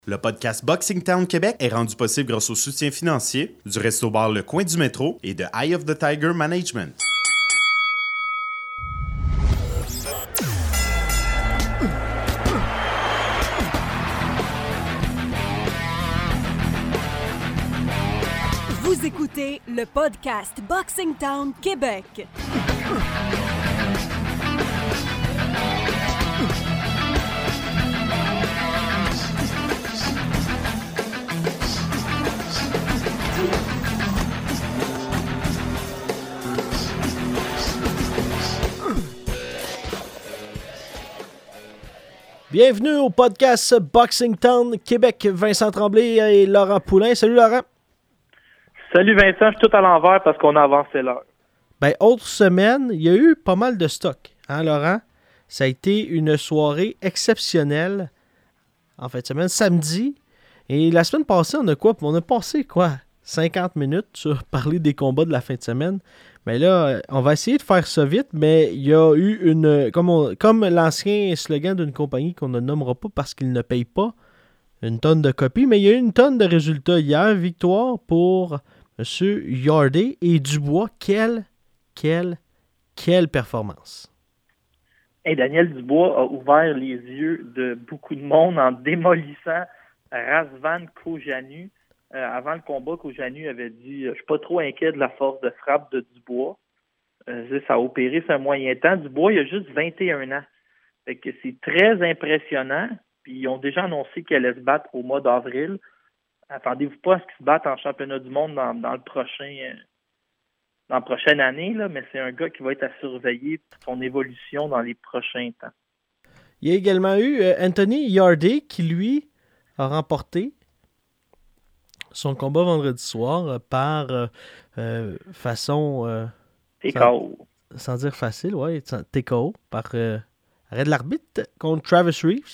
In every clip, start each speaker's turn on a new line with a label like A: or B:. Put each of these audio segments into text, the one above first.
A: Le podcast Boxing Town Québec est rendu possible grâce au soutien financier du Resto-Bar Le Coin du Métro et de Eye of the Tiger Management.
B: Vous écoutez le podcast Boxing Town Québec.
C: Bienvenue au podcast Boxing Town Québec. Vincent Tremblay et Laurent Poulain. Salut Laurent.
D: Salut Vincent, je suis tout à l'envers parce qu'on a avancé l'heure.
C: Autre semaine, il y a eu pas mal de stock, hein Laurent? Ça a été une soirée exceptionnelle en fin de semaine, samedi. Et la semaine passée, on a passé 50 minutes sur parler des combats de la fin de semaine. Mais là, on va essayer de faire ça vite, mais il y a eu comme l'ancien slogan d'une compagnie qu'on ne nommera pas parce qu'il ne paye pas, une tonne de copies, mais il y a eu une tonne de résultats hier. Victoire pour M. Yarde et Dubois. Quelle performance!
D: Hey, Daniel Dubois a ouvert les yeux de beaucoup de monde en démolissant Razvan Kojanu. Avant le combat, Kojanu avait dit « Je suis pas trop inquiet de la force de frappe de Dubois. Ça a opéré sur un moyen temps. Dubois, il a juste 21 ans. Fait que c'est très impressionnant. Puis ils ont déjà annoncé qu'il allait se battre au mois d'avril. Attendez-vous pas à ce qu'il se batte en championnat du monde dans la prochaine année, là, mais c'est un gars qui va être à surveiller pour son évolution dans les prochains temps.
C: Il y a également eu Anthony Yarde qui, lui, a remporté son combat vendredi soir par façon...
D: TKO.
C: Sans dire facile, oui. TKO par arrêt de l'arbitre contre Travis Reeves.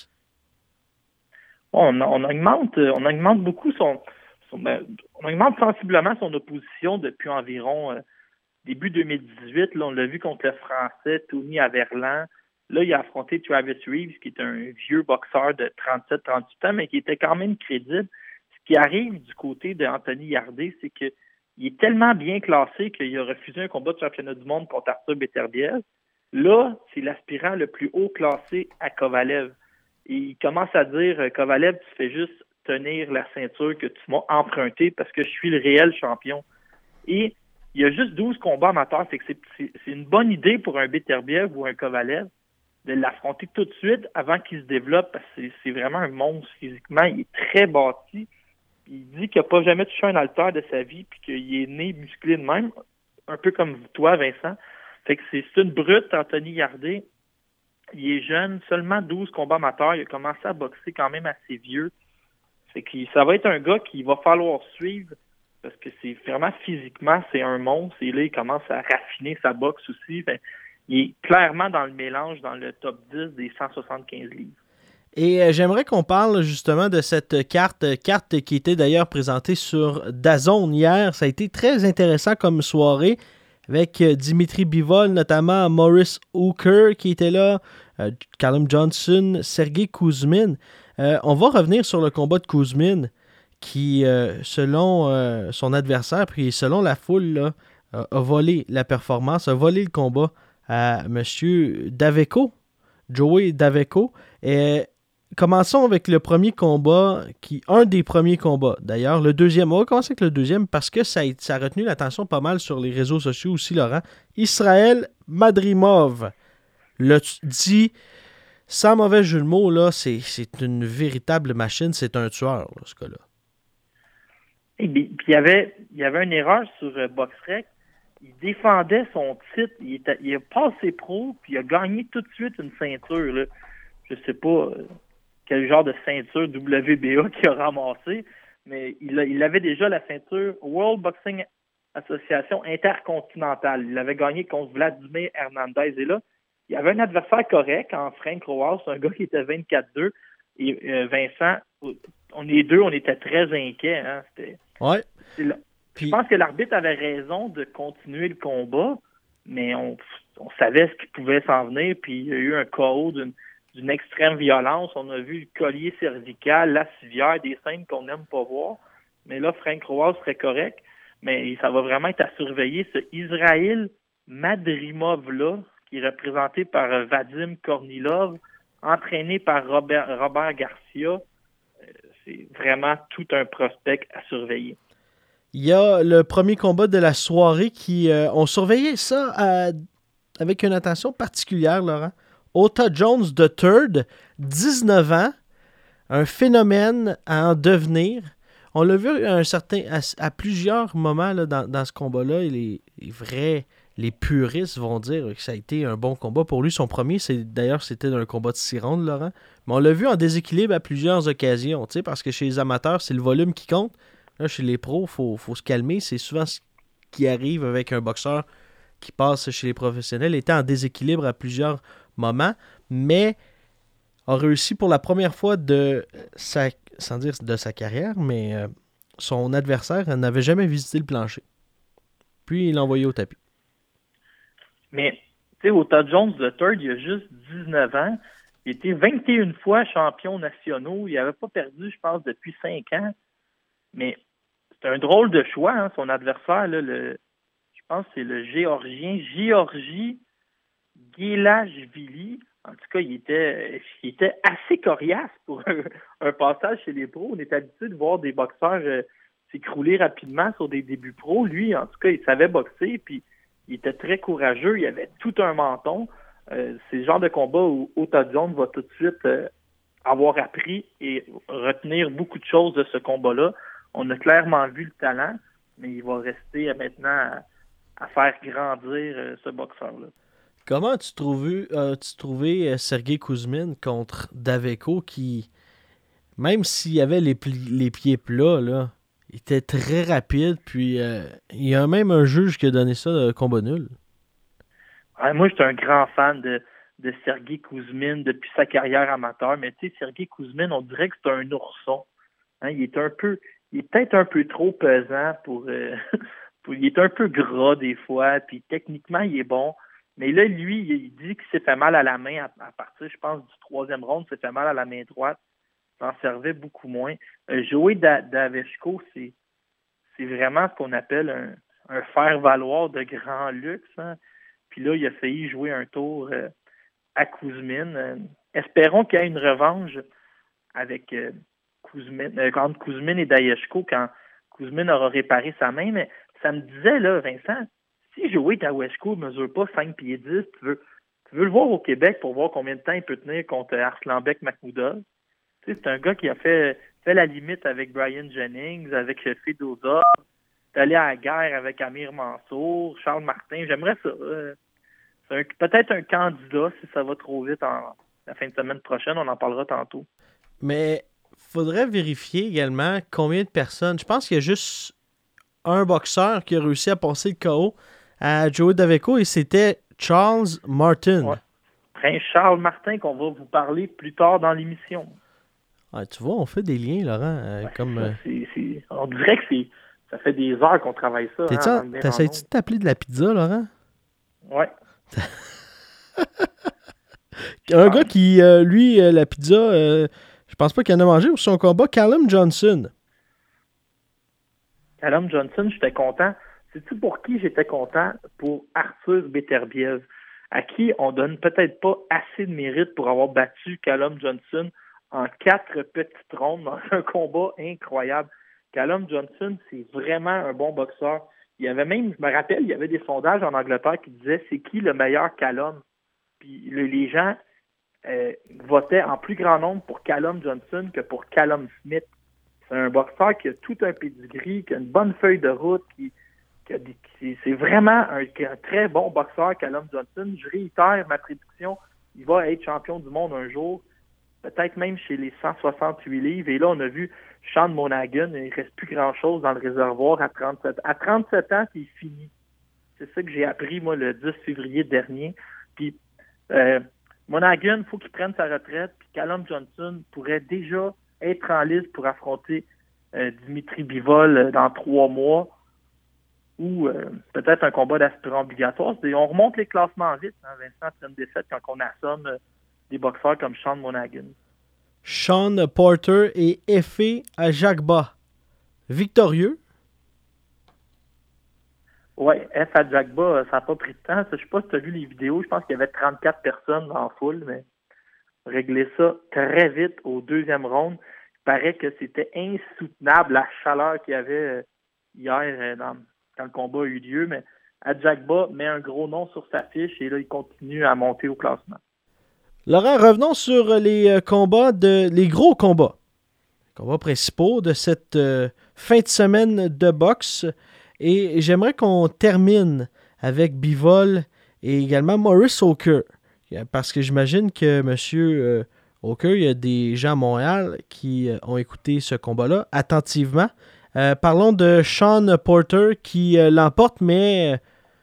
D: On augmente beaucoup on augmente sensiblement son opposition depuis environ début 2018. Là, on l'a vu contre le Français Tony Averland. Là, il a affronté Travis Reeves, qui est un vieux boxeur de 37-38 ans, mais qui était quand même crédible. Ce qui arrive du côté d'Anthony Yarde, c'est qu'il est tellement bien classé qu'il a refusé un combat de championnat du monde contre Arthur Beterbiev. Là, c'est l'aspirant le plus haut classé à Kovalev. Et il commence à dire « Kovalev, tu fais juste tenir la ceinture que tu m'as empruntée parce que je suis le réel champion. » Et il y a juste 12 combats amateurs. C'est une bonne idée pour un Beterbiev ou un Kovalev de l'affronter tout de suite avant qu'il se développe parce que c'est vraiment un monstre physiquement. Il est très bâti. Il dit qu'il n'a pas jamais touché un haltère de sa vie puis qu'il est né musclé de même, un peu comme toi, Vincent. Fait que c'est une brute, Anthony Yarde. Il est jeune, seulement 12 combats amateurs. Il a commencé à boxer quand même assez vieux. Fait que ça va être un gars qu'il va falloir suivre parce que c'est vraiment physiquement, c'est un monstre. Et là, il commence à raffiner sa boxe aussi. Fait, il est clairement dans le mélange, dans le top 10 des 175 livres.
C: Et j'aimerais qu'on parle justement de cette carte qui était d'ailleurs présentée sur DAZN hier. Ça a été très intéressant comme soirée avec Dimitri Bivol, notamment Maurice Hooker qui était là, Callum Johnson, Sergey Kuzmin. On va revenir sur le combat de Kuzmin qui, selon son adversaire, puis selon la foule, là, a volé la performance, a volé le combat à M. Daveco, Joey Daveco. Et commençons avec le premier combat, un des premiers combats. D'ailleurs, le deuxième, on va commencer avec le deuxième parce que ça a retenu l'attention pas mal sur les réseaux sociaux aussi, Laurent. Israël Madrimov, dit, sans mauvais jeu de mots, là, c'est une véritable machine, c'est un tueur, là, ce gars-là.
D: Et puis, il y avait une erreur sur BoxRec. Il défendait son titre, il a passé pro, puis il a gagné tout de suite une ceinture, là. Je sais pas quel genre de ceinture WBA qu'il a ramassé, mais il avait déjà la ceinture World Boxing Association intercontinentale. Il avait gagné contre Vladimir Hernandez. Et là, il y avait un adversaire correct en Frank Roas, un gars qui était 24-2. Et Vincent, on était très inquiets. Hein?
C: Ouais.
D: Je pense que l'arbitre avait raison de continuer le combat, mais on savait ce qui pouvait s'en venir. Puis il y a eu un KO d'une d'une extrême violence. On a vu le collier cervical, la civière, des scènes qu'on n'aime pas voir. Mais là, Frank Roy serait correct. Mais ça va vraiment être à surveiller. Ce Israël Madrimov-là, qui est représenté par Vadim Kornilov, entraîné par Robert Garcia, c'est vraiment tout un prospect à surveiller.
C: Il y a le premier combat de la soirée qui... on surveillait ça avec une attention particulière, Laurent. Ota Jones III, 19 ans, un phénomène à en devenir. On l'a vu à plusieurs moments là, dans ce combat-là. Les puristes vont dire que ça a été un bon combat pour lui. Son premier, c'était un combat de 6 rounds, Laurent. Mais on l'a vu en déséquilibre à plusieurs occasions, parce que chez les amateurs, c'est le volume qui compte. Là, chez les pros, il faut se calmer. C'est souvent ce qui arrive avec un boxeur qui passe chez les professionnels. Il était en déséquilibre à plusieurs moments, mais a réussi pour la première fois sans dire de sa carrière, mais son adversaire n'avait jamais visité le plancher. Puis il l'a envoyé au tapis.
D: Mais, tu sais, Ota Jones III, il a juste 19 ans. Il était 21 fois champion national. Il n'avait pas perdu, je pense, depuis 5 ans. Mais c'est un drôle de choix, hein, son adversaire, là, je pense que c'est le Géorgien Georgi Gelashvili. En tout cas, il était assez coriace pour un passage chez les pros. On est habitué de voir des boxeurs s'écrouler rapidement sur des débuts pros. Lui, en tout cas, il savait boxer, puis il était très courageux. Il avait tout un menton. C'est le genre de combat où Ota Jones va tout de suite avoir appris et retenir beaucoup de choses de ce combat-là. On a clairement vu le talent, mais il va rester maintenant à faire grandir ce boxeur-là.
C: Comment as-tu trouvé Sergey Kuzmin contre Daveko qui, même s'il y avait les pieds plats, là, il était très rapide, puis il y a même un juge qui a donné ça combat nul.
D: Ouais, moi, j'étais un grand fan de Sergey Kuzmin depuis sa carrière amateur, mais tu sais, Sergey Kuzmin, on dirait que c'est un ourson. Hein, il est peut-être un peu trop pesant il est un peu gras des fois, puis techniquement, il est bon. Mais là, lui, il dit qu'il s'est fait mal à la main à partir, je pense, du 3e round, il s'est fait mal à la main droite. Il s'en servait beaucoup moins. Joey Daveshko, c'est vraiment ce qu'on appelle un faire-valoir de grand luxe. Hein. Puis là, il a failli jouer un tour à Kuzmin. Espérons qu'il y ait une revanche avec entre Kuzmin et Daveshko quand Kuzmin aura réparé sa main. Mais ça me disait, là, Vincent, si Joey Daveshko ne mesure pas 5 pieds 10, tu veux le voir au Québec pour voir combien de temps il peut tenir contre Arslanbek Makhmoudov. Tu sais, c'est un gars qui a fait la limite avec Brian Jennings, avec Fedosov, est allé à la guerre avec Amir Mansour, Charles Martin. J'aimerais ça. C'est peut-être un candidat si ça va trop vite la fin de semaine prochaine. On en parlera tantôt.
C: Mais faudrait vérifier également combien de personnes. Je pense qu'il y a juste un boxeur qui a réussi à passer le KO à Joey Daveko et c'était Charles Martin.
D: Ouais. Prince Charles Martin qu'on va vous parler plus tard dans l'émission.
C: Ah, tu vois, on fait des liens, Laurent.
D: On dirait que ça fait des heures qu'on travaille ça.
C: T'essayes-tu de t'appeler de la pizza, Laurent?
D: Ouais.
C: Un gars qui, lui, la pizza, je pense pas qu'il en a mangé pour son combat, Callum Johnson.
D: Callum Johnson, j'étais content. Sais-tu pour qui j'étais content? Pour Arthur Beterbiev, à qui on donne peut-être pas assez de mérite pour avoir battu Callum Johnson en 4 petites rondes dans un combat incroyable. Callum Johnson, c'est vraiment un bon boxeur. Il y avait même, je me rappelle, il y avait des sondages en Angleterre qui disaient c'est qui le meilleur Callum? Puis les gens votaient en plus grand nombre pour Callum Johnson que pour Callum Smith. C'est un boxeur qui a tout un pedigree, qui a une bonne feuille de route, c'est vraiment un très bon boxeur, Callum Johnson. Je réitère ma prédiction, il va être champion du monde un jour, peut-être même chez les 168 livres. Et là, on a vu Sean Monaghan, il ne reste plus grand-chose dans le réservoir à 37 ans. À 37 ans, c'est fini. C'est ça que j'ai appris, moi, le 10 février dernier. Puis, Monaghan, il faut qu'il prenne sa retraite. Puis Callum Johnson pourrait déjà être en liste pour affronter Dimitri Bivol dans 3 mois. Ou peut-être un combat d'aspirant obligatoire. On remonte les classements vite. Hein. Vincent a une défaite quand on assomme des boxeurs comme Sean Monaghan.
C: Sean Porter et Efe Ajagba. Victorieux.
D: Ouais, F. Ajagba, ça n'a pas pris de temps. Je ne sais pas si tu as vu les vidéos. Je pense qu'il y avait 34 personnes dans la foule, mais régler ça très vite au deuxième round. Il paraît que c'était insoutenable la chaleur qu'il y avait hier quand le combat a eu lieu, mais Ajagba met un gros nom sur sa fiche et là, il continue à monter au classement.
C: Laurent, revenons sur les gros combats. Les combats principaux de cette fin de semaine de boxe. Et j'aimerais qu'on termine avec Bivol et également Maurice Hooker. Parce que j'imagine que M. Hooker, il y a des gens à Montréal qui ont écouté ce combat-là attentivement. Parlons de Sean Porter qui l'emporte, mais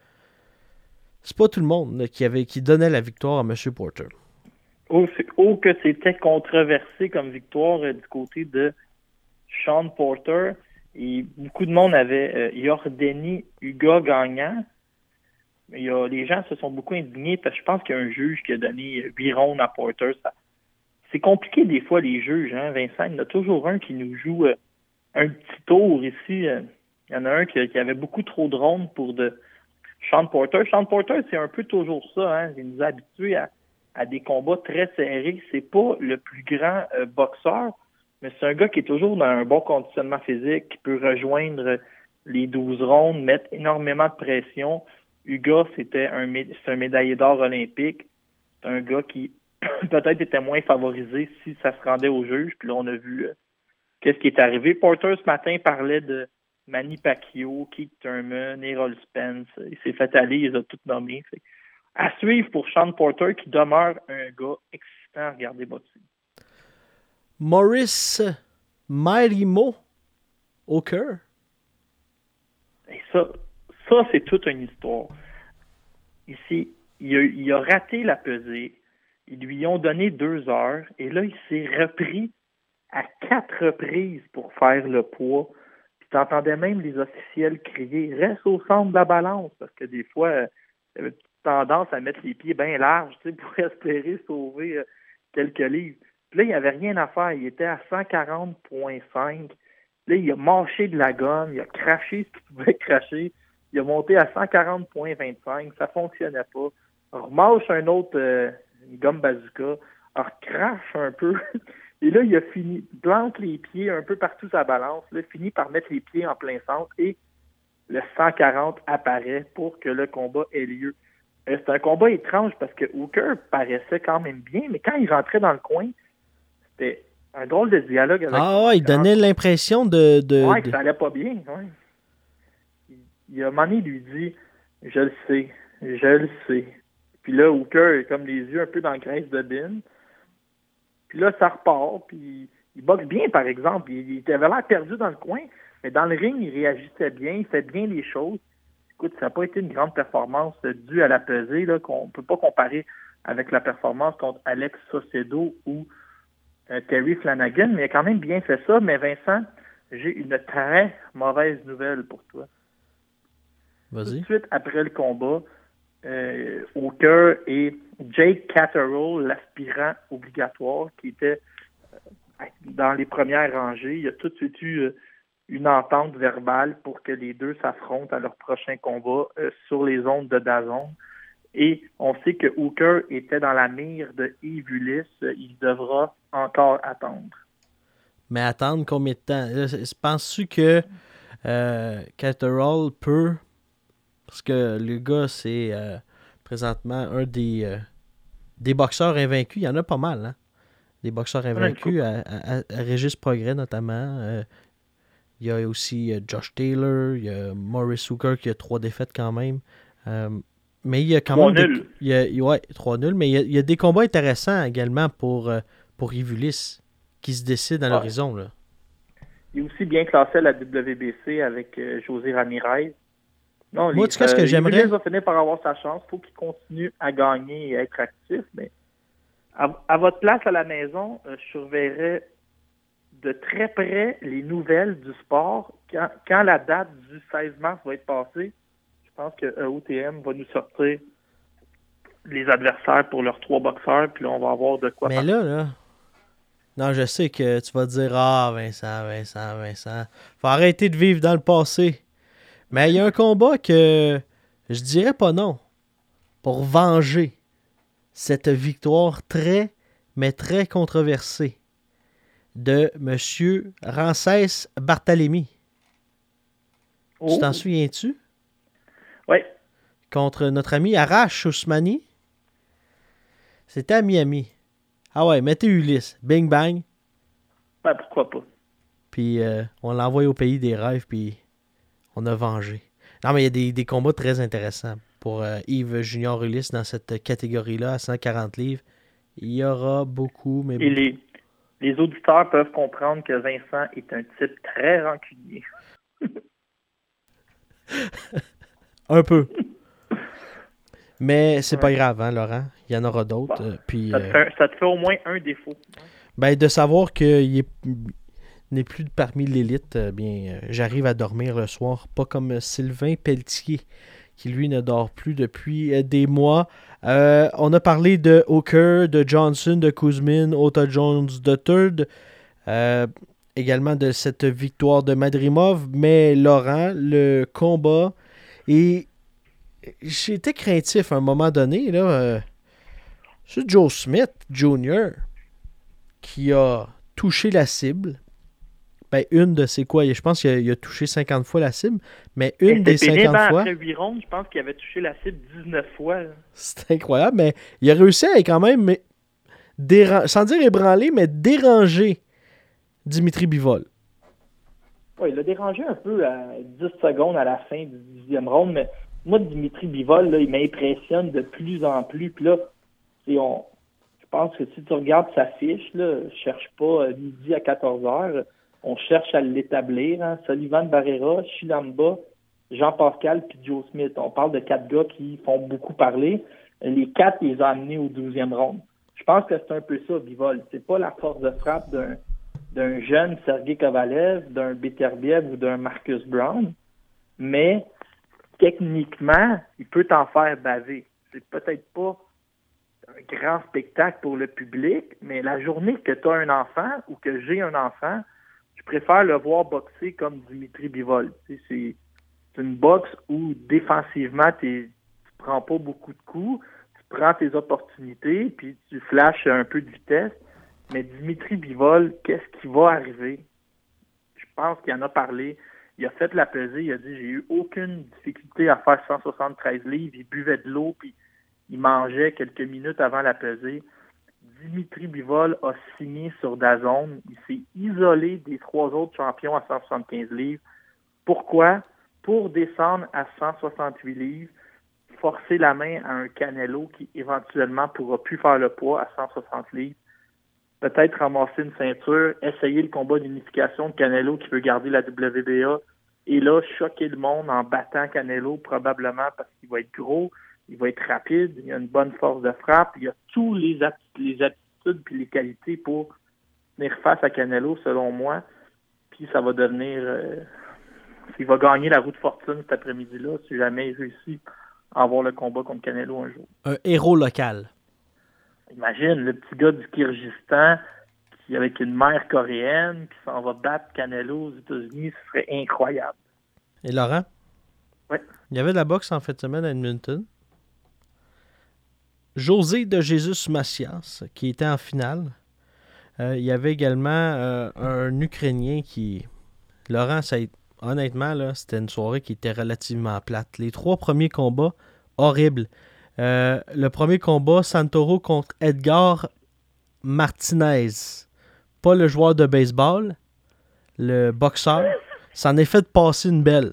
C: c'est pas tout le monde qui donnait la victoire à M. Porter.
D: Oh, que c'était controversé comme victoire du côté de Sean Porter. Et beaucoup de monde avait Yordeni Uga gagnant. Mais les gens se sont beaucoup indignés parce que je pense qu'il y a un juge qui a donné 8 rounds à Porter. C'est compliqué des fois, les juges, hein, Vincent. Il y en a toujours un qui nous joue un petit tour ici. Il y en a un qui avait beaucoup trop de rounds pour de Sean Porter. Sean Porter, c'est un peu toujours ça. Hein. Il nous a habitués à des combats très serrés. C'est pas le plus grand boxeur, mais c'est un gars qui est toujours dans un bon conditionnement physique, qui peut rejoindre les 12 rondes, mettre énormément de pression. Uga, c'est un médaillé d'or olympique. C'est un gars qui peut-être était moins favorisé si ça se rendait au juge. Puis là, on a vu qu'est-ce qui est arrivé. Porter, ce matin, parlait de Manny Pacquiao, Keith Thurman, Errol Spence. Il s'est fait aller, il les a tous nommés. À suivre pour Sean Porter, qui demeure un gars excitant à regarder boxer.
C: Maurice Marimo Hooker.
D: Et ça, c'est toute une histoire. Ici, il a raté la pesée. Ils lui ont donné 2 heures. Et là, il s'est repris à 4 reprises pour faire le poids. Puis tu entendais même les officiels crier « Reste au centre de la balance » parce que des fois, il y avait tendance à mettre les pieds bien larges pour espérer sauver quelques livres. Puis là, il n'y avait rien à faire. Il était à 140,5. Là, il a mâché de la gomme. Il a craché ce qu'il pouvait cracher. Il a monté à 140,25. Ça ne fonctionnait pas. On remâche un autre une gomme bazooka. On recrache un peu. Et là, il a fini, plante les pieds un peu partout sa balance. Là, finit par mettre les pieds en plein centre. Et le 140 apparaît pour que le combat ait lieu. C'est un combat étrange parce que Hooker paraissait quand même bien, mais quand il rentrait dans le coin, c'était un drôle de dialogue avec
C: il donnait l'impression
D: Ouais, que ça allait pas bien. Ouais. Il a un moment donné, il lui dit « Je le sais. » Puis là, Hooker est comme les yeux un peu dans la graisse de bine. Puis là, ça repart, puis il boxe bien, par exemple. Il avait l'air perdu dans le coin, mais dans le ring, il réagissait bien, il fait bien les choses. Écoute, ça n'a pas été une grande performance due à la pesée, là, qu'on ne peut pas comparer avec la performance contre Alex Saucedo ou Terry Flanagan, mais il a quand même bien fait ça. Mais Vincent, j'ai une très mauvaise nouvelle pour toi.
C: Vas-y.
D: Tout de suite après le combat, Hooker et Jake Catterall, l'aspirant obligatoire, qui était dans les premières rangées, il y a tout de suite eu une entente verbale pour que les deux s'affrontent à leur prochain combat sur les ondes de DAZN. Et on sait que Hooker était dans la mire de Yves Ulysse. Il devra encore attendre. Mais
C: attendre combien de temps? Penses-tu que Catterall peut... Parce que le gars, c'est présentement un des boxeurs invaincus. Il y en a pas mal, hein? Des boxeurs invaincus, à Régis Progrès notamment. Il y a aussi Josh Taylor, il y a Maurice Hooker qui a 3 défaites quand même. Mais il y a quand même... 3 nuls, mais il y a des combats intéressants également pour Yves Ulysse qui se décident à l'horizon. Là.
D: Il est aussi bien classé à la WBC avec José Ramirez. Non,
C: moi, tu sais ce que j'aimerais...
D: Ulysse va finir par avoir sa chance. Il faut qu'il continue à gagner et à être actif. Mais à votre place à la maison, je surveillerais de très près les nouvelles du sport. Quand la date du 16 mars va être passée, je pense que EOTM va nous sortir les adversaires pour leurs 3 boxeurs, puis là, on va avoir de quoi
C: Mais
D: parler.
C: là, non, je sais que tu vas dire « Ah, Vincent, faut arrêter de vivre dans le passé. » Mais il y a un combat que je dirais pas non pour venger cette victoire très, mais très controversée de M. Ramsès Barthélemy. Tu t'en souviens-tu?
D: Oui.
C: Contre notre ami Arash Ousmani. C'était à Miami. Ah ouais, mettez Ulysse. Bing bang.
D: Ben, pourquoi pas.
C: Puis on l'a envoyé au pays des rêves, puis on a vengé. Non, mais il y a des combats très intéressants pour Yves Junior Ulysse dans cette catégorie-là, à 140 livres. Il y aura beaucoup, mais...
D: Et les auditeurs peuvent comprendre que Vincent est un type très rancunier.
C: Un peu. Mais c'est pas grave, hein, Laurent? Il y en aura d'autres.
D: Bon,
C: puis,
D: ça te fait au moins un défaut.
C: Ben, de savoir qu'il n'est plus parmi l'élite, j'arrive à dormir le soir. Pas comme Sylvain Pelletier, qui lui ne dort plus depuis des mois. On a parlé de Hooker, de Johnson, de Kuzmin, Ota Jones III. Également de cette victoire de Madrimov. Mais Laurent, le combat, et j'étais craintif à un moment donné, là. C'est Joe Smith Jr. qui a touché la cible. Ben, une de ses quoi? Je pense qu'il a touché 50 fois la cible, mais une des 50 fois...
D: Après 8 rondes, je pense qu'il avait touché la cible 19 fois.
C: C'est incroyable, mais il a réussi à quand même, sans dire ébranler, mais déranger Dimitri Bivol.
D: Oui, il l'a dérangé un peu à 10 secondes à la fin du 10e round, mais moi, Dimitri Bivol, là, il m'impressionne de plus en plus. Puis là, je pense que si tu regardes sa fiche, là, je cherche pas midi à 14h, on cherche à l'établir. Hein. Sullivan Barrera, Chilamba, Jean-Pascal puis Joe Smith. On parle de 4 gars qui font beaucoup parler. Les 4, il les a amenés au 12e round. Je pense que c'est un peu ça, Bivol. C'est pas la force de frappe d'un jeune Sergei Kovalev, d'un Beterbiev ou d'un Marcus Brown, mais techniquement, il peut t'en faire baver. C'est peut-être pas un grand spectacle pour le public, mais la journée que tu as un enfant ou que j'ai un enfant, je préfère le voir boxer comme Dimitri Bivol. C'est une boxe où défensivement, tu prends pas beaucoup de coups, tu prends tes opportunités, puis tu flashes un peu de vitesse. Mais Dimitri Bivol, qu'est-ce qui va arriver? Je pense qu'il en a parlé. Il a fait la pesée, il a dit « J'ai eu aucune difficulté à faire 173 livres. » Il buvait de l'eau, puis il mangeait quelques minutes avant la pesée. Dimitri Bivol a signé sur DAZN. Il s'est isolé des 3 autres champions à 175 livres. Pourquoi? Pour descendre à 168 livres, forcer la main à un Canelo qui éventuellement pourra plus faire le poids à 160 livres. Peut-être ramasser une ceinture, essayer le combat d'unification de Canelo qui veut garder la WBA, et là, choquer le monde en battant Canelo, probablement parce qu'il va être gros, il va être rapide, il a une bonne force de frappe, il a tous les aptitudes puis les qualités pour tenir face à Canelo, selon moi, puis ça va devenir... il va gagner la roue de fortune cet après-midi-là, si jamais il réussit à avoir le combat contre Canelo un jour.
C: Un héros local.
D: Imagine, le petit gars du Kyrgyzstan qui, avec une mère coréenne qui s'en va battre Canelo aux États-Unis, ce serait incroyable.
C: Et Laurent?
D: Oui.
C: Il y avait de la boxe en fin de semaine à Edmonton. José de Jesus Macias, qui était en finale. Il y avait également un Ukrainien qui... Laurent, honnêtement, là, c'était une soirée qui était relativement plate. Les 3 premiers combats, horribles. Le premier combat, Santoro contre Edgar Martinez. Pas le joueur de baseball, le boxeur. S'en est fait passer une belle.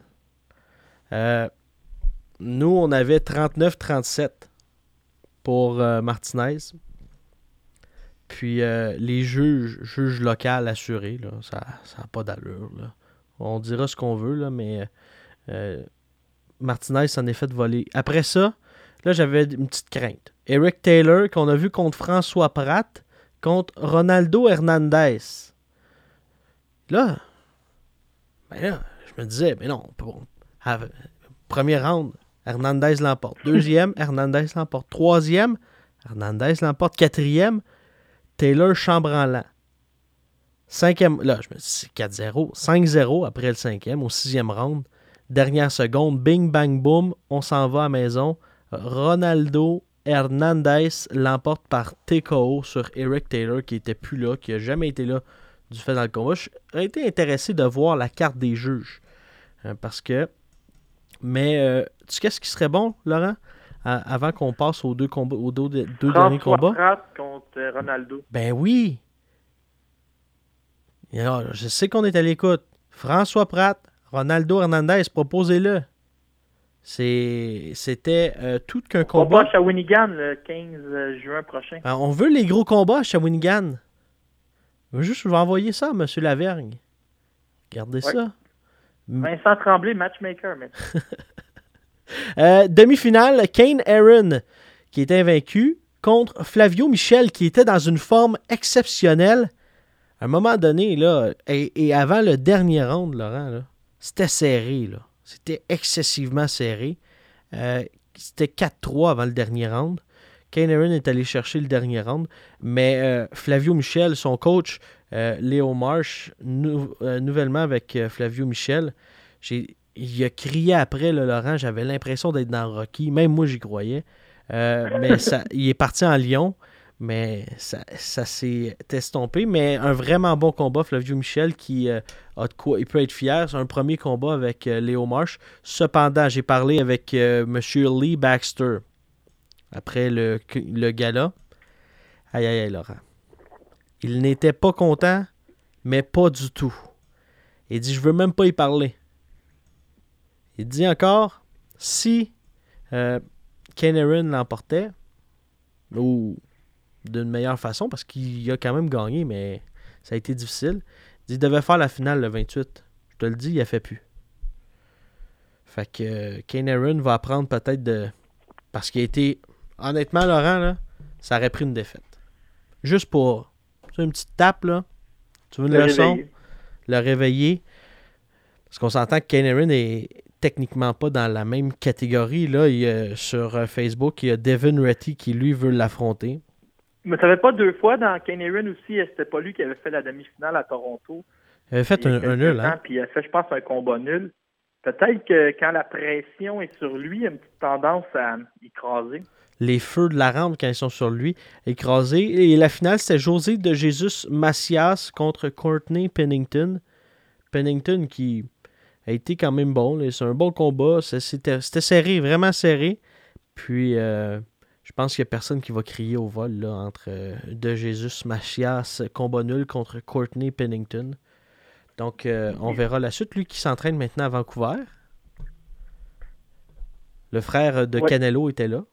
C: Nous, on avait 39-37 pour Martinez. Puis les juges locaux assurés, là, ça n'a pas d'allure. Là. On dira ce qu'on veut, là, mais Martinez s'en est fait voler. Après ça, là, j'avais une petite crainte. Eric Taylor, qu'on a vu contre François Pratt, contre Ronaldo Hernandez. Là, je me disais, mais non, premier round, Hernandez l'emporte. Deuxième, Hernandez l'emporte. Troisième, Hernandez l'emporte. Quatrième, Taylor chambranlant. Cinquième, là, je me dis c'est 4-0. 5-0 après le cinquième, au sixième round. Dernière seconde, bing, bang, boom, on s'en va à la maison. Ronaldo Hernandez l'emporte par TKO sur Eric Taylor, qui n'était plus là, qui n'a jamais été là du fait dans le combat. J'aurais été intéressé de voir la carte des juges. Parce que... Mais, tu sais qu'est-ce qui serait bon, Laurent? Avant qu'on passe aux deux derniers combats?
D: Pratt contre Ronaldo.
C: Ben oui! Et alors, je sais qu'on est à l'écoute. François Pratt, Ronaldo Hernandez, proposez-le. C'était tout qu'un combat.
D: Combat à Shawinigan le 15 juin prochain.
C: Alors, on veut les gros combats à Shawinigan. Je vais envoyer ça à M. Lavergne. Regardez ça.
D: Vincent Tremblay, matchmaker.
C: Demi-finale, Kane Aaron, qui était invaincu, contre Flavio Michel, qui était dans une forme exceptionnelle. À un moment donné, là, et avant le dernier round, Laurent, là, c'était serré. Là. C'était excessivement serré. C'était 4-3 avant le dernier round. Kane Aaron est allé chercher le dernier round. Mais Flavio Michel, son coach, Léo Marsh, nouvellement avec Flavio Michel, il a crié après, là, Laurent. J'avais l'impression d'être dans Rocky. Même moi, j'y croyais. Mais il est parti en Lyon. Mais ça s'est estompé. Mais un vraiment bon combat, Flavio Michel, qui a de quoi il peut être fier. C'est un premier combat avec Léo Marsh. Cependant, j'ai parlé avec M. Lee Baxter après le gala. Aïe, Laurent. Il n'était pas content, mais pas du tout. Il dit, je veux même pas y parler. Il dit encore, si Kane Aaron l'emportait, ou d'une meilleure façon, parce qu'il a quand même gagné, mais ça a été difficile. Il devait faire la finale le 28. Je te le dis, il a fait plus. Fait que Kane Aaron va apprendre peut-être de... Parce qu'il a été... Honnêtement, Laurent, là, ça aurait pris une défaite. Juste pour... C'est une petite tape, là. Tu veux une leçon? Le réveiller. Parce qu'on s'entend que Kane Aaron est techniquement pas dans la même catégorie. Là, sur Facebook, il y a Devin Retty qui, lui, veut l'affronter.
D: Mais ça fait pas deux fois dans Kane Aaron aussi, c'était pas lui qui avait fait la demi-finale à Toronto.
C: Il avait fait un nul, hein?
D: Puis il a fait, je pense, un combat nul. Peut-être que quand la pression est sur lui, il y a une petite tendance à écraser.
C: Les feux de la rampe, quand ils sont sur lui, écrasés. Et la finale, c'était José de Jesus Macias contre Courtney Pennington. Pennington qui a été quand même bon. Là. C'est un bon combat. C'était serré, vraiment serré. Puis... je pense qu'il n'y a personne qui va crier au vol là, entre De Jesus Macias, combat nul contre Courtney Pennington. Donc, on verra la suite. Lui qui s'entraîne maintenant à Vancouver. Le frère de Canelo était là.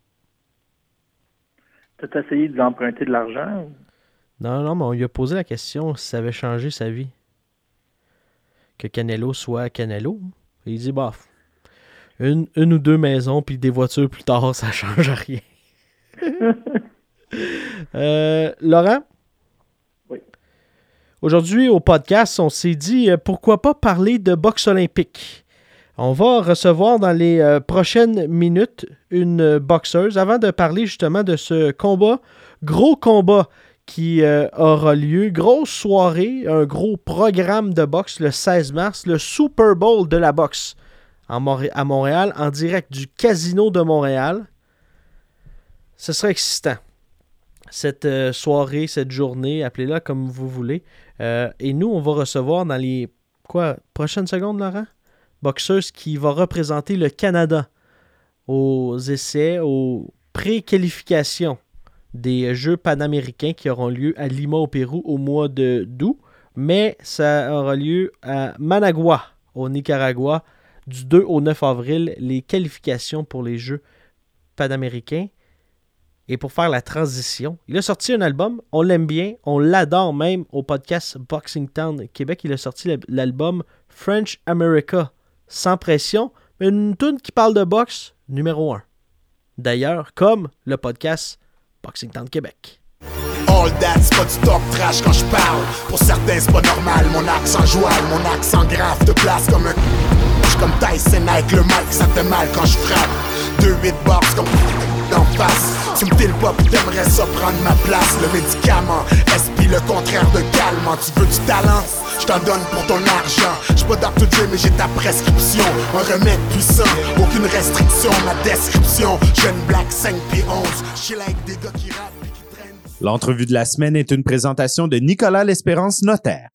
D: T'as essayé de lui emprunter de l'argent?
C: Non, mais on lui a posé la question si ça avait changé sa vie. Que Canelo soit Canelo. Et il dit, bof, une ou deux maisons puis des voitures plus tard, ça change rien. Laurent?
D: Oui.
C: Aujourd'hui, au podcast, on s'est dit pourquoi pas parler de boxe olympique. On va recevoir dans les prochaines minutes une boxeuse avant de parler justement de ce combat, gros combat qui aura lieu, grosse soirée, un gros programme de boxe le 16 mars, le Super Bowl de la boxe à Montréal, en direct du Casino de Montréal. Ce sera excitant. Cette soirée, cette journée, appelez-la comme vous voulez. Et nous, on va recevoir dans les prochaines secondes, Laurent? Boxeuse qui va représenter le Canada aux essais, aux pré-qualifications des Jeux panaméricains qui auront lieu à Lima, au Pérou, au mois d'août. Mais ça aura lieu à Managua, au Nicaragua, du 2 au 9 avril, les qualifications pour les Jeux panaméricains. Et pour faire la transition, il a sorti un album, on l'aime bien, on l'adore même au podcast Boxing Town Québec. Il a sorti l'album French America, sans pression, mais une tune qui parle de boxe, numéro 1. D'ailleurs, comme le podcast Boxing Town Québec.
E: All that, c'est pas du talk trash quand je parle. Pour certains, c'est pas normal, mon accent joual, mon accent grave te place comme un... J'suis comme Tyson avec le mic, ça fait mal quand je frappe. 2-8 bars comme d'en face. Tu me files pas pis t'aimerais ça prendre ma place. Le médicament, SP le contraire de calmant. Tu veux du talent? Je t'en donne pour ton argent. J'suis pas Dr. Dre mais j'ai ta prescription. Un remède puissant, aucune restriction. Ma description, jeune black 5 pieds 11. Chill avec des gars qui rappent et qui traînent.
A: L'entrevue de la semaine est une présentation de Nicolas L'Espérance Notaire.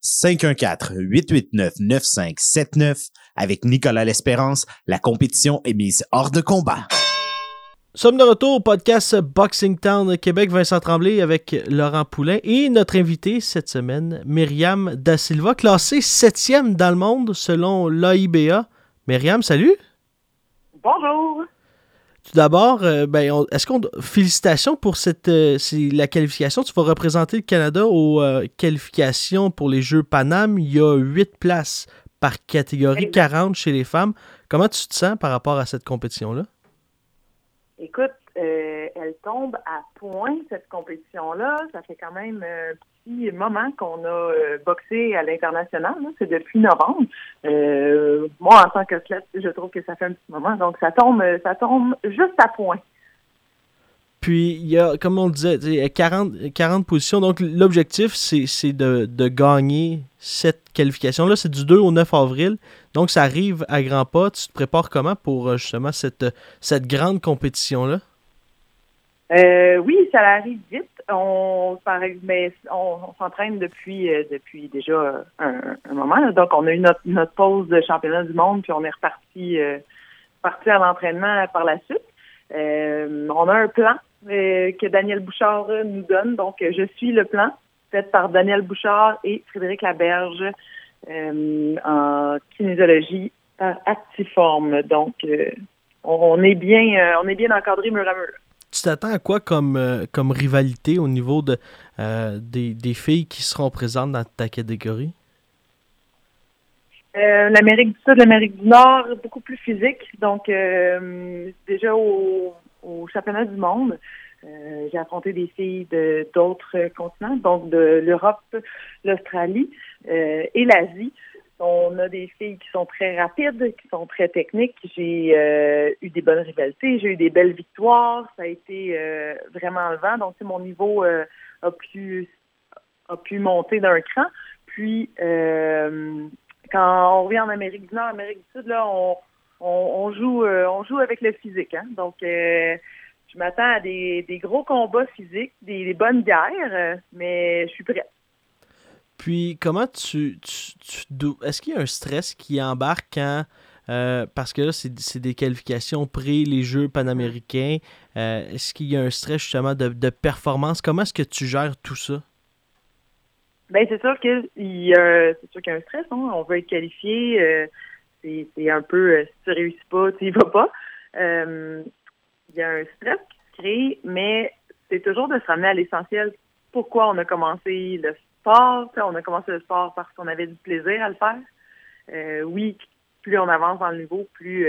A: 514-889-9579. Avec Nicolas L'Espérance, la compétition est mise hors de combat.
C: Sommes de retour au podcast Boxing Town Québec, Vincent Tremblay avec Laurent Poulain et notre invité cette semaine, Myriam Da Silva, classée 7e dans le monde selon l'AIBA. Myriam, salut!
F: Bonjour!
C: Tout d'abord, félicitations pour la qualification. Tu vas représenter le Canada aux qualifications pour les Jeux Paname. Il y a 8 places par catégorie, 40 chez les femmes. Comment tu te sens par rapport à cette compétition-là?
F: Écoute, elle tombe à point, cette compétition-là. Ça fait quand même un petit moment qu'on a boxé à l'international. Là. C'est depuis novembre. Moi, en tant qu'athlète, je trouve que ça fait un petit moment. Donc, ça tombe juste à point. Puis,
C: il y a, comme on le disait, 40 positions. Donc, l'objectif, c'est de gagner cette qualification-là. C'est du 2 au 9 avril. Donc, ça arrive à grands pas. Tu te prépares comment pour, justement, cette grande compétition-là?
F: Oui, ça arrive vite. On s'entraîne depuis déjà un moment. Là. Donc, on a eu notre pause de championnat du monde, puis on est reparti à l'entraînement par la suite. On a un plan que Daniel Bouchard nous donne. Donc, je suis le plan fait par Daniel Bouchard et Frédéric Laberge en kinésiologie par Actiform. Donc, on est bien encadré mur à mur.
C: Tu t'attends à quoi comme rivalité au niveau des filles qui seront présentes dans ta catégorie?
F: L'Amérique du Sud, l'Amérique du Nord, beaucoup plus physique. Donc, déjà au championnat du monde, j'ai affronté des filles d'autres continents, donc de l'Europe, l'Australie et l'Asie. On a des filles qui sont très rapides, qui sont très techniques. J'ai eu des bonnes rivalités, j'ai eu des belles victoires. Ça a été vraiment enlevant. Donc, mon niveau a pu monter d'un cran. Puis, quand on revient en Amérique du Nord, Amérique du Sud, là, on joue avec le physique. Hein? Donc, je m'attends à des gros combats physiques, des bonnes guerres, mais je suis prête.
C: Puis, comment est-ce qu'il y a un stress qui embarque quand... parce que là, c'est des qualifications pré les Jeux panaméricains. Est-ce qu'il y a un stress, justement, de performance? Comment est-ce que tu gères tout ça?
F: Bien, c'est sûr qu'il y a un stress. Hein? On veut être qualifié. C'est un peu, si tu ne réussis pas, tu n'y vas pas. Il y a un stress qui se crée, mais c'est toujours de se ramener à l'essentiel. Pourquoi on a commencé le sport? On a commencé le sport parce qu'on avait du plaisir à le faire. Oui, plus on avance dans le niveau, plus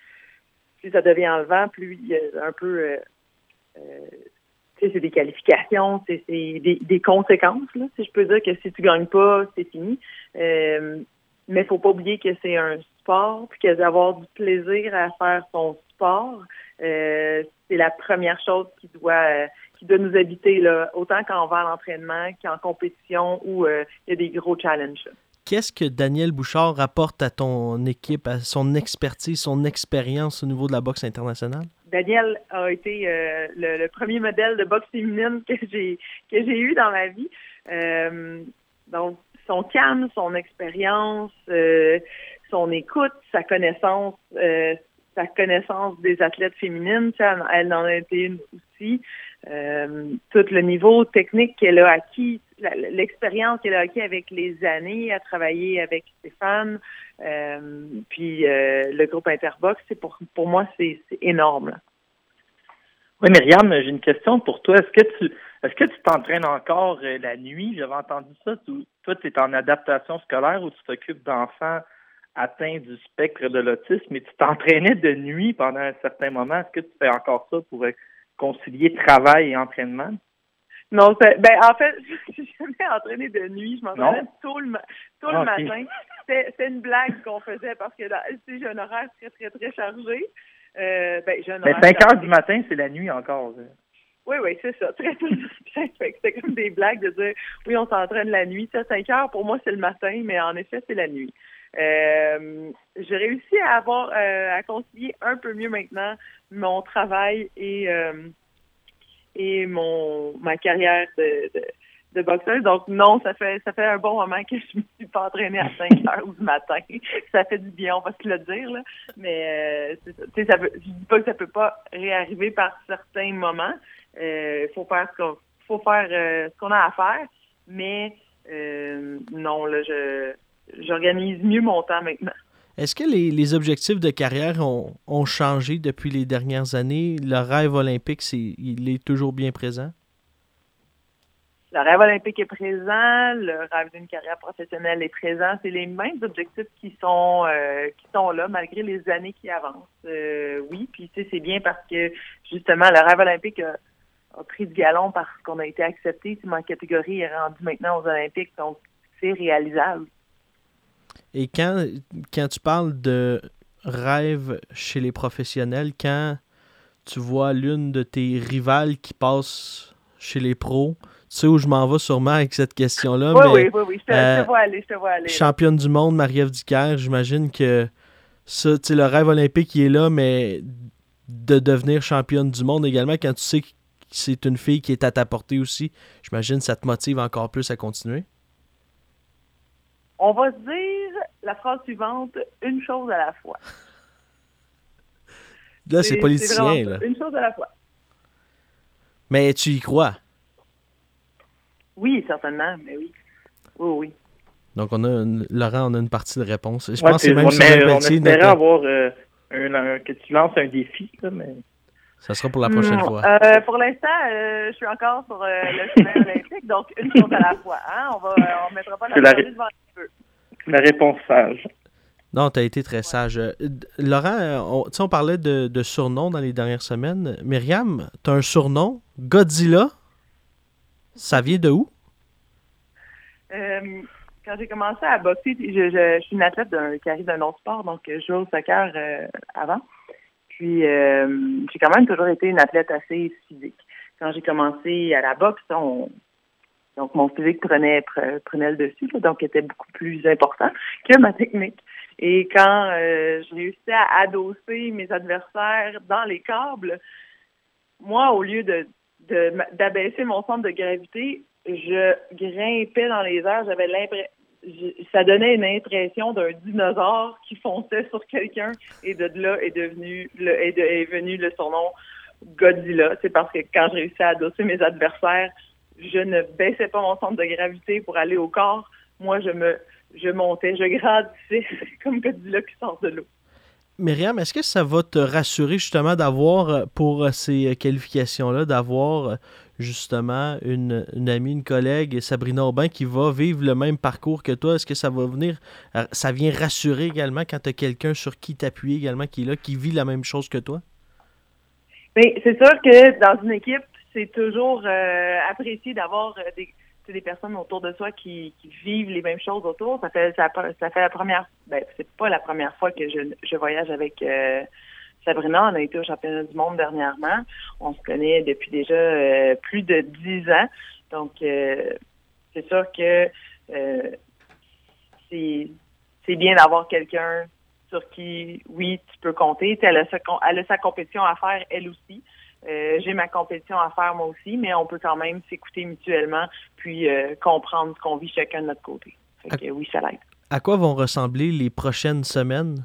F: ça devient enlevant, plus il y a un peu... c'est des qualifications, c'est des conséquences, là, si je peux dire que si tu gagnes pas, c'est fini. Mais il faut pas oublier que c'est un sport, puis que d'avoir du plaisir à faire son sport, c'est la première chose qui doit nous habiter, là, autant quand on va à l'entraînement qu'en compétition où il y a des gros challenges.
C: Qu'est-ce que Daniel Bouchard apporte à ton équipe, à son expertise, son expérience au niveau de la boxe internationale?
F: Daniel a été le premier modèle de boxe féminine que j'ai eu dans ma vie. Donc, son calme, son expérience, son écoute, sa connaissance des athlètes féminines, elle en a été une aussi. Tout le niveau technique qu'elle a acquis, l'expérience qu'elle a acquis avec les années à travailler avec Stéphane, puis le groupe Interbox, pour moi, c'est énorme. Là.
D: Oui, Myriam, j'ai une question pour toi. Est-ce que tu t'entraînes encore la nuit? J'avais entendu ça. Toi, tu es en adaptation scolaire où tu t'occupes d'enfants atteints du spectre de l'autisme, et tu t'entraînais de nuit pendant un certain moment. Est-ce que tu fais encore ça pour concilier travail et entraînement?
F: Non, en fait, je suis jamais entraînée de nuit. Je m'entraînais tôt le matin. C'était une blague qu'on faisait parce que j'ai un horaire très, très, très chargé. J'ai un
D: Mais
F: horaire
D: 5 heures
F: classique.
D: du matin, c'est la nuit encore.
F: Oui, c'est ça. Très peu de c'était comme des blagues de dire oui, on s'entraîne la nuit. Ça, 5 heures, pour moi, c'est le matin, mais en effet, c'est la nuit. J'ai réussi à concilier un peu mieux maintenant mon travail et ma carrière de boxeuse. Donc non, ça fait un bon moment que je me suis pas entraînée à 5 heures du matin. Ça fait du bien, on va se le dire, là. Mais c'est ça. Tu sais, je dis pas que ça peut pas réarriver par certains moments. Faut faire ce qu'on a à faire. Mais non, là, j'organise mieux mon temps maintenant.
C: Est-ce que les objectifs de carrière ont changé depuis les dernières années? Le rêve olympique, il est toujours bien présent?
F: Le rêve olympique est présent, le rêve d'une carrière professionnelle est présent. C'est les mêmes objectifs qui sont là malgré les années qui avancent. Oui, puis tu sais, c'est bien parce que justement le rêve olympique a pris du galon parce qu'on a été accepté. Ma catégorie est rendue maintenant aux Olympiques, donc c'est réalisable.
C: Et quand tu parles de rêve chez les professionnels, quand tu vois l'une de tes rivales qui passe chez les pros, tu sais où je m'en vais sûrement avec cette question-là.
F: Oui, je te vois aller.
C: Championne du monde, Marie-Ève Dicker, j'imagine que ça, tu sais, le rêve olympique, il est là, mais de devenir championne du monde également, quand tu sais que c'est une fille qui est à ta portée aussi, j'imagine que ça te motive encore plus à continuer.
F: On va se dire la phrase suivante, une chose à la fois.
C: Là, c'est politicien, là.
F: Une chose à la fois.
C: Mais tu y crois?
F: Oui, certainement, mais oui. Oui.
C: Donc, Laurent, on a une partie de réponse. Je
D: Ouais,
C: pense que c'est même
D: on
C: sur un petit.
D: espérait avoir que tu lances un défi, là, mais...
C: Ça sera pour la prochaine fois.
F: Pour l'instant, je suis encore sur le chemin olympique, donc une chose à la fois. Hein? On mettra pas la tête devant le feu.
D: La réponse sage.
C: Non, tu as été très sage. Laurent, on parlait de surnoms dans les dernières semaines. Myriam, tu as un surnom, Godzilla. Ça vient de où?
F: Quand j'ai commencé à boxer, je suis une athlète qui arrive d'un autre sport, donc je jouais au soccer avant. Puis, j'ai quand même toujours été une athlète assez physique. Quand j'ai commencé à la boxe, donc mon physique prenait le dessus, là, donc était beaucoup plus important que ma technique. Et quand je réussissais à adosser mes adversaires dans les câbles, moi, au lieu d'abaisser mon centre de gravité, je grimpais dans les airs. J'avais ça donnait une impression d'un dinosaure qui fonçait sur quelqu'un, et de là est venu le surnom Godzilla. C'est parce que quand je réussissais à adosser mes adversaires, je ne baissais pas mon centre de gravité pour aller au corps. Moi, je montais, je grandissais comme Godzilla qui sort de l'eau.
C: Myriam, est-ce que ça va te rassurer justement d'avoir, pour ces qualifications-là, d'avoir justement une amie, une collègue, Sabrina Aubin, qui va vivre le même parcours que toi? Est-ce que ça vient rassurer également quand tu as quelqu'un sur qui t'appuyer également, qui est là, qui vit la même chose que toi?
F: Mais c'est sûr que dans une équipe, c'est toujours apprécié d'avoir des personnes autour de soi qui vivent les mêmes choses autour. Ça fait la première... c'est pas la première fois que je voyage avec Sabrina. On a été au championnat du monde dernièrement. On se connaît depuis déjà plus de 10 ans. Donc, c'est sûr que c'est bien d'avoir quelqu'un sur qui, oui, tu peux compter. Elle a sa compétition à faire, elle aussi. J'ai ma compétition à faire moi aussi, mais on peut quand même s'écouter mutuellement puis comprendre ce qu'on vit chacun de notre côté. Fait que, oui, ça l'aide.
C: À quoi vont ressembler les prochaines semaines?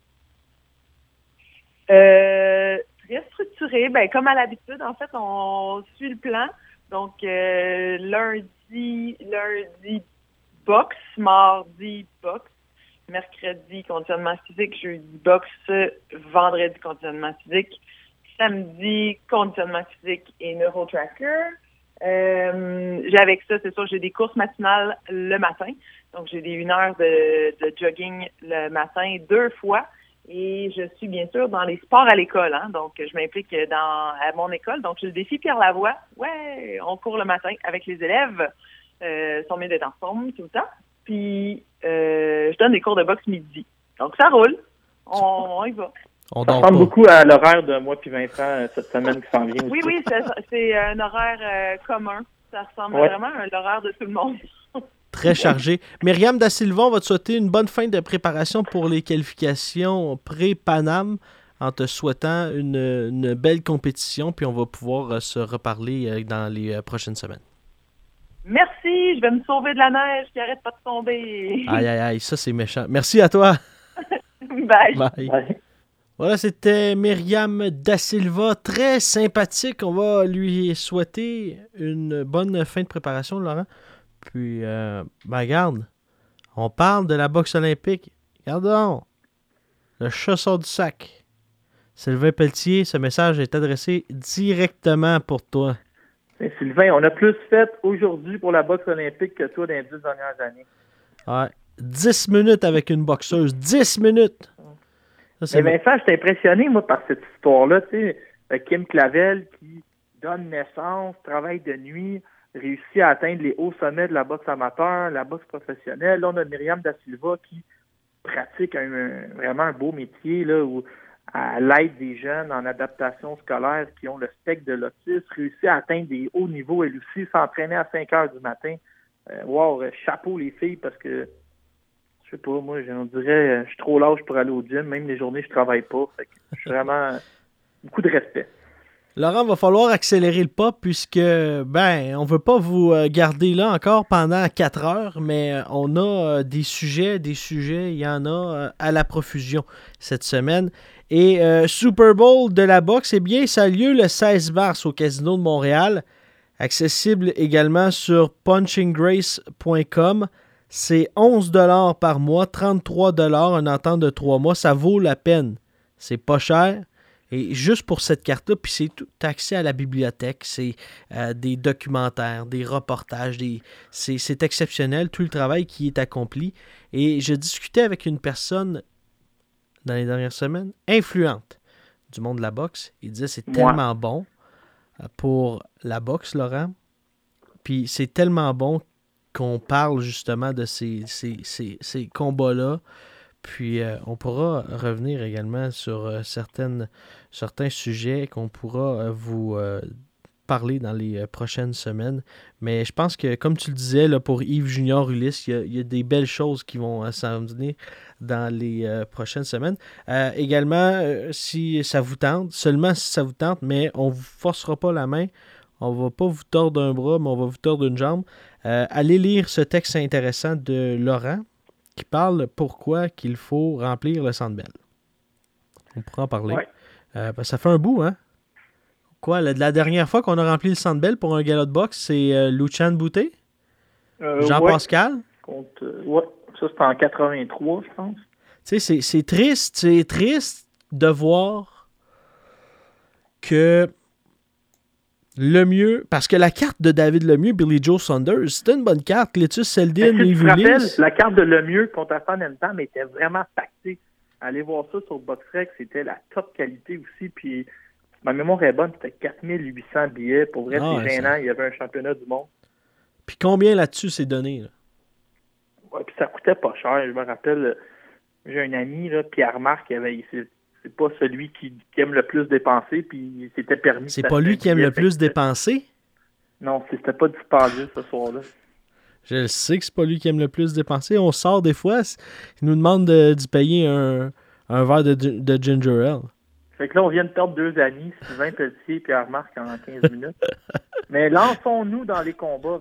F: Très structuré. Comme à l'habitude, en fait, on suit le plan. Donc, lundi, boxe, mardi, boxe, mercredi, conditionnement physique, jeudi, boxe, vendredi, conditionnement physique, samedi, conditionnement physique et neurotracker. Avec ça, c'est sûr, j'ai des courses matinales le matin. Donc, j'ai des 1 heure de jogging le matin 2 fois. Et je suis bien sûr dans les sports à l'école. Hein? Donc, je m'implique à mon école. Donc, j'ai le défi Pierre Lavoie. Ouais, on court le matin avec les élèves. Sont mieux d'être en forme tout le temps. Puis, je donne des cours de boxe midi. Donc, ça roule. On y va.
C: On
D: Ça
C: dort
D: ressemble
C: pas.
D: beaucoup à l'horaire de moi puis Vincent cette semaine qui s'en vient aussi.
F: Oui, c'est un horaire commun. Ça ressemble
D: Ouais.
F: vraiment à l'horaire de tout le monde.
C: Très chargé. Myriam Da Silva, on va te souhaiter une bonne fin de préparation pour les qualifications pré-Paname en te souhaitant une belle compétition, puis on va pouvoir se reparler dans les prochaines semaines.
F: Merci, je vais me sauver de la neige qui arrête pas de tomber.
C: Aïe, aïe, aïe, ça c'est méchant. Merci à toi.
F: Bye.
C: Bye.
D: Ouais.
C: Voilà, c'était Myriam Da Silva, très sympathique. On va lui souhaiter une bonne fin de préparation, Laurent. Puis, regarde, on parle de la boxe olympique. Regardons, le chat sort du sac. Sylvain Pelletier, ce message est adressé directement pour toi.
D: Et Sylvain, on a plus fait aujourd'hui pour la boxe olympique que toi dans les 10 dernières années.
C: Ouais, 10 minutes avec une boxeuse. 10 minutes! Ça, c'est
D: Mais Vincent, j'étais impressionné, moi, par cette histoire-là. Tu sais, Kim Clavel qui donne naissance, travaille de nuit, réussit à atteindre les hauts sommets de la boxe amateur, la boxe professionnelle. Là, on a Myriam Da Silva qui pratique vraiment un beau métier là, où, à l'aide des jeunes en adaptation scolaire qui ont le spectre de l'autisme, réussit à atteindre des hauts niveaux. Elle aussi s'entraîner à 5 heures du matin. Wow, chapeau les filles, parce que je sais pas, moi, on dirait je suis trop lâche pour aller au gym. Même les journées, je travaille pas. Fait que je suis vraiment beaucoup de respect.
C: Laurent, va falloir accélérer le pas puisque, on veut pas vous garder là encore pendant 4 heures, mais on a des sujets, il y en a à la profusion cette semaine. Et Super Bowl de la boxe, eh bien, ça a lieu le 16 mars au Casino de Montréal, accessible également sur punchinggrace.com. C'est 11$ par mois, 33$, une entente de 3 mois, ça vaut la peine. C'est pas cher. Et juste pour cette carte-là, puis c'est tout accès à la bibliothèque, c'est des documentaires, des reportages, c'est exceptionnel, tout le travail qui est accompli. Et je discutais avec une personne dans les dernières semaines, influente du monde de la boxe. Il disait c'est tellement bon pour la boxe, Laurent. Puis c'est tellement bon qu'on parle justement de ces combats-là. Puis on pourra revenir également sur certains sujets qu'on pourra vous parler dans les prochaines semaines. Mais je pense que, comme tu le disais, là, pour Yves Junior Ulysse, il y a des belles choses qui vont s'en venir dans les prochaines semaines. Également, si ça vous tente, seulement si ça vous tente, mais on ne vous forcera pas la main. On ne va pas vous tordre un bras, mais on va vous tordre une jambe. Allez lire ce texte intéressant de Laurent, qui parle pourquoi qu'il faut remplir le Centre Bell. On pourra en parler. Ouais. Ça fait un bout, hein? Quoi, la dernière fois qu'on a rempli le Centre Bell pour un gala de boxe, c'est Luchan Boutet? Jean-Pascal?
D: Ouais, ça c'était en 83, je pense.
C: Tu sais, c'est triste de voir que Lemieux, parce que la carte de David Lemieux, Billy Joe Saunders, c'était une bonne carte. Cletus Seldin,
D: si tu te rappelles,
C: Ulysse.
D: la carte de Lemieux contre Hassan N'Dam était vraiment pactée. Allez voir ça sur BoxRec, c'était la top qualité aussi. Puis ma mémoire est bonne, c'était 4800 billets. Pour vrai, c'est gênant. Ça... Il y avait un championnat du monde.
C: Puis combien là-dessus c'est donné? Là?
D: Ouais, puis ça coûtait pas cher. Je me rappelle, j'ai un ami, là, Pierre-Marc, c'est pas celui qui aime le plus dépenser, puis il s'était permis...
C: C'est pas lui qui aime le plus dépenser?
D: Non, c'était pas dispendieux ce soir-là.
C: Je le sais que c'est pas lui qui aime le plus dépenser. On sort des fois, il nous demande d'y payer un verre de ginger ale.
D: Fait que là, on vient de perdre 2 amis, Sylvain Pelletier et Pierre-Marc en 15 minutes. Mais lançons-nous dans les combats,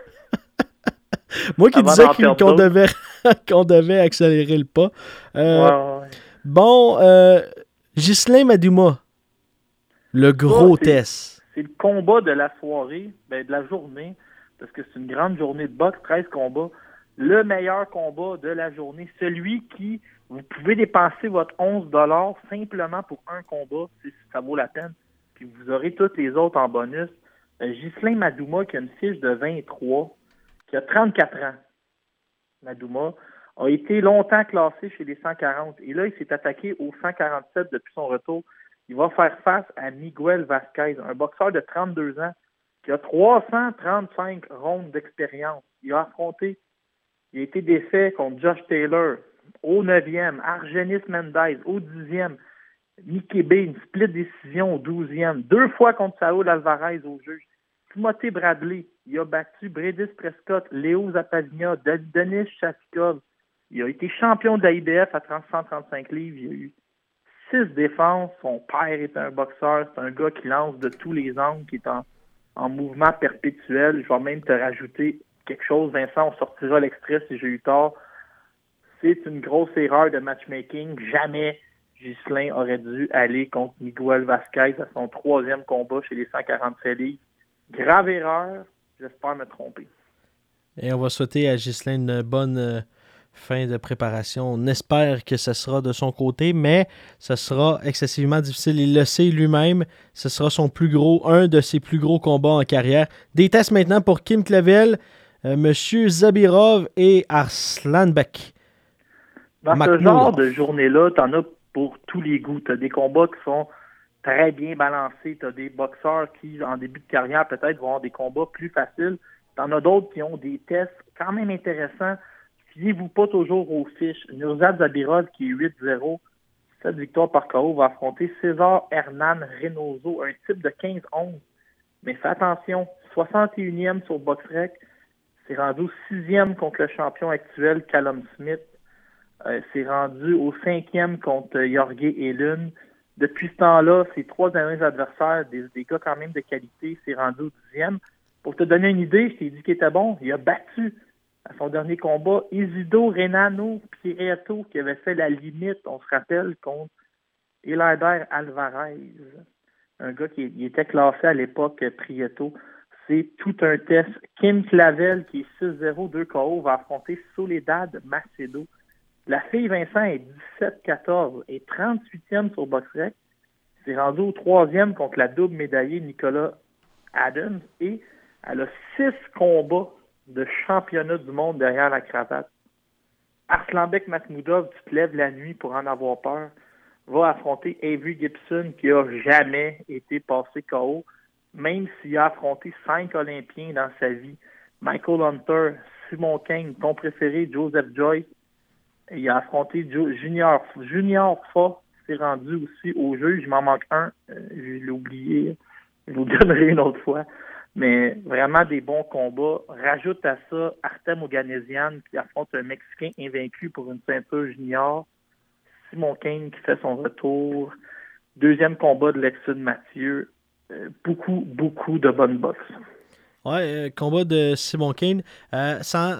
D: Vincent.
C: Moi qui disais qu'on devait accélérer le pas.
D: Ouais.
C: Bon, Ghislain Madouma, le gros test.
D: C'est le combat de la soirée, de la journée, parce que c'est une grande journée de boxe, 13 combats. Le meilleur combat de la journée, celui qui, vous pouvez dépenser votre 11$ simplement pour un combat, si ça vaut la peine, puis vous aurez tous les autres en bonus. Ghislain Madouma, qui a une fiche de 23, qui a 34 ans. Madouma a été longtemps classé chez les 140. Et là, il s'est attaqué aux 147 depuis son retour. Il va faire face à Miguel Vasquez, un boxeur de 32 ans qui a 335 rondes d'expérience. Il a été défait contre Josh Taylor au 9e, Argenis Mendez au 10e. Mickey Bay, une split décision au 12e. 2 fois contre Saúl Alvarez au juge. Timothée Bradley, il a battu Bredis Prescott, Léo Zapadina, Denis Chafikov. Il a été champion de la IBF à 135 livres. Il a eu 6 défenses. Son père est un boxeur. C'est un gars qui lance de tous les angles, qui est en mouvement perpétuel. Je vais même te rajouter quelque chose, Vincent. On sortira l'extrait si j'ai eu tort. C'est une grosse erreur de matchmaking. Jamais Ghislain aurait dû aller contre Miguel Vasquez à son 3e combat chez les 147 livres. Grave erreur. J'espère me tromper.
C: Et on va souhaiter à Ghislain une bonne fin de préparation. On espère que ce sera de son côté, mais ce sera excessivement difficile. Il le sait lui-même. Ce sera un de ses plus gros combats en carrière. Des tests maintenant pour Kim Clavel, Monsieur Zabirov et Arslanbek.
D: Dans ce genre de journée-là, tu en as pour tous les goûts. Tu as des combats qui sont très bien balancés. Tu as des boxeurs qui, en début de carrière, peut-être vont avoir des combats plus faciles. Tu en as d'autres qui ont des tests quand même intéressants. Fiez-vous pas toujours aux fiches. Nurzad Zabirov, qui est 8-0, 7 victoires par KO, va affronter César Hernan Reynoso, un type de 15-11. Mais fais attention, 61e sur BoxRec, c'est rendu au 6e contre le champion actuel, Callum Smith. C'est rendu au 5e contre Jorge Elun. Depuis ce temps-là, ses 3 derniers adversaires, des gars quand même de qualité, c'est rendu au 10e. Pour te donner une idée, je t'ai dit qu'il était bon, il a battu à son dernier combat Isidro Renano Prieto, qui avait fait la limite, on se rappelle, contre Eleider Alvarez. Un gars qui était classé à l'époque Prieto. C'est tout un test. Kim Clavel, qui est 6-0, 2 KO, va affronter Soledad Macedo. La fille, Vincent, est 17-14 et 38e sur BoxRec. C'est rendu au 3e contre la double médaillée Nicolas Adams et elle a 6 combats de championnat du monde derrière la cravate. Arslanbek Makhmoudov, tu te lèves la nuit pour en avoir peur, va affronter Avery Gibson qui a jamais été passé KO, même s'il a affronté 5 Olympiens dans sa vie. Michael Hunter, Simon King, ton préféré, Joseph Joyce. Il a affronté Junior Fa, s'est rendu aussi au jeu. Il m'en manque un, je l'ai oublié. Je vous le donnerai une autre fois. Mais vraiment des bons combats. Rajoute à ça Artem Oganesian qui affronte un Mexicain invaincu pour une ceinture junior. Simon Kane qui fait son retour. 2e combat de Lexon Mathieu. Beaucoup de bonnes boxes.
C: Ouais, combat de Simon Kane. Ça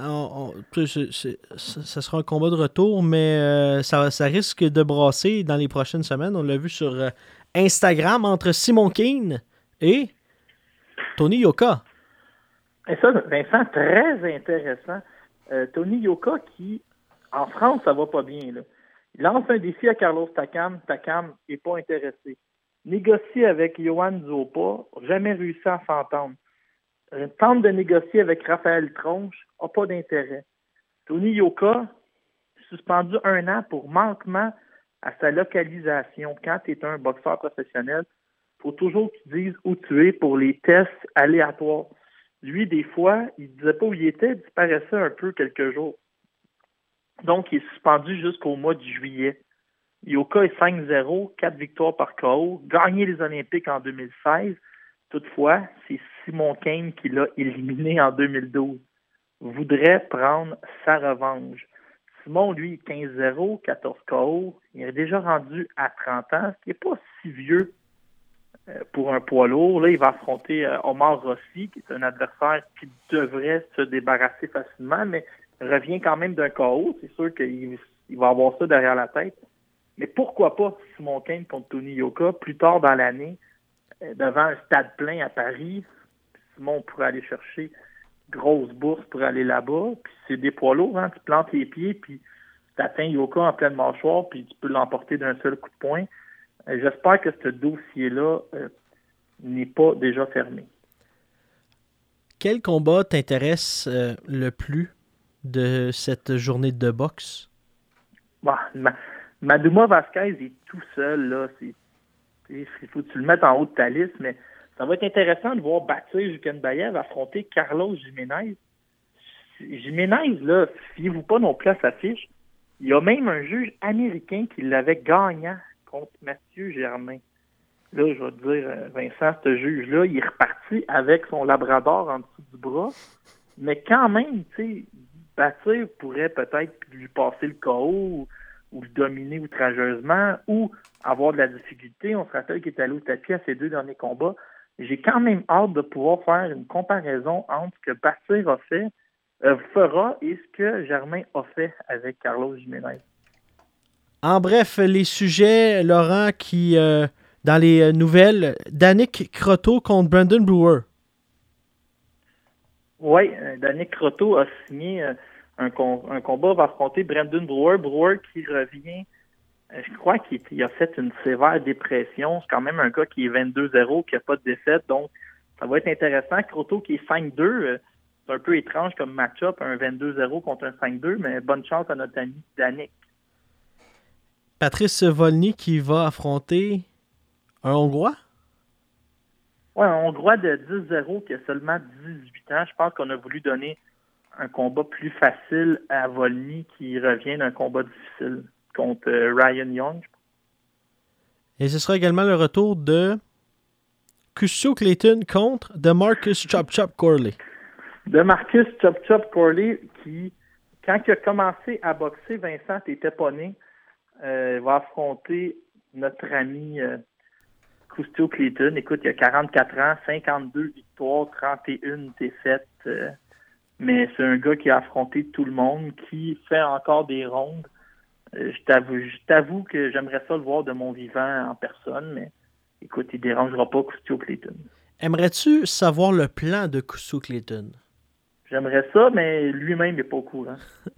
C: sera un combat de retour, mais ça risque de brasser dans les prochaines semaines. On l'a vu sur Instagram entre Simon Kane et Tony Yoka.
D: Et ça, Vincent, très intéressant. Tony Yoka qui, en France, ça va pas bien. Là. Il lance un défi à Carlos Takam. Takam n'est pas intéressé. Négocie avec Johan Zopa. Jamais réussi à s'entendre. Tente de négocier avec Raphaël Tronche. N'a pas d'intérêt. Tony Yoka, suspendu 1 an pour manquement à sa localisation. Quand tu es un boxeur professionnel, il faut toujours que tu dises où tu es pour les tests aléatoires. Lui, des fois, il ne disait pas où il était, il disparaissait un peu quelques jours. Donc, il est suspendu jusqu'au mois de juillet. Yoka est 5-0, 4 victoires par KO, gagné les Olympiques en 2016. Toutefois, c'est Simon Kane qui l'a éliminé en 2012. Voudrait prendre sa revanche. Simon, lui, 15-0, 14 KO. Il est déjà rendu à 30 ans, ce qui n'est pas si vieux pour un poids lourd. Là, il va affronter Omar Rossi, qui est un adversaire qui devrait se débarrasser facilement, mais revient quand même d'un KO. C'est sûr qu'il va avoir ça derrière la tête. Mais pourquoi pas Simon Kane contre Tony Yoka plus tard dans l'année, devant un stade plein à Paris. Simon pourrait aller chercher grosse bourse pour aller là-bas. Puis c'est des poids lourds, hein? Tu plantes les pieds, puis tu atteins Yoka en pleine mâchoire, puis tu peux l'emporter d'un seul coup de poing. J'espère que ce dossier-là n'est pas déjà fermé.
C: Quel combat t'intéresse le plus de cette journée de boxe?
D: Bah, Madouma Vasquez est tout seul, là. Il faut que tu le mettes en haut de ta liste, mais ça va être intéressant de voir Batir Jukenbayev affronter Carlos Jiménez. Jiménez, là, fiez-vous pas non plus à sa fiche. Il y a même un juge américain qui l'avait gagnant contre Mathieu Germain. Là, je vais te dire, Vincent, ce juge-là, il est reparti avec son labrador en dessous du bras. Mais quand même, tu sais, Bâtir pourrait peut-être lui passer le KO ou le dominer outrageusement ou avoir de la difficulté. On se rappelle qu'il est allé au tapis à ses 2 derniers combats. J'ai quand même hâte de pouvoir faire une comparaison entre ce que Bâtir fera et ce que Germain a fait avec Carlos Jiménez.
C: En bref, les sujets, Laurent, qui, dans les nouvelles, Danick Croteau contre Brandon Brewer.
D: Oui, Danick Croteau a signé un combat, va affronter Brandon Brewer. Brewer qui revient, je crois qu'il a fait une sévère dépression. C'est quand même un gars qui est 22-0, qui n'a pas de défaite, donc ça va être intéressant. Croteau qui est 5-2, c'est un peu étrange comme match-up, un 22-0 contre un 5-2, mais bonne chance à notre ami Danick.
C: Patrice Volny qui va affronter un Hongrois?
D: Oui, un Hongrois de 10-0 qui a seulement 18 ans. Je pense qu'on a voulu donner un combat plus facile à Volny qui revient d'un combat difficile contre Ryan Young.
C: Et ce sera également le retour de Custio Clayton contre DeMarcus Chop Chop Corley.
D: DeMarcus Chop Chop Corley qui, quand il a commencé à boxer, Vincent, t'étais pas né, va affronter notre ami Custio Clayton. Écoute, il a 44 ans, 52 victoires, 31 défaites. Mais c'est un gars qui a affronté tout le monde, qui fait encore des rondes. Je t'avoue que j'aimerais ça le voir de mon vivant en personne, mais écoute, il dérangera pas Custio Clayton.
C: Aimerais-tu savoir le plan de Custio Clayton?
D: J'aimerais ça, mais lui-même n'est pas au courant.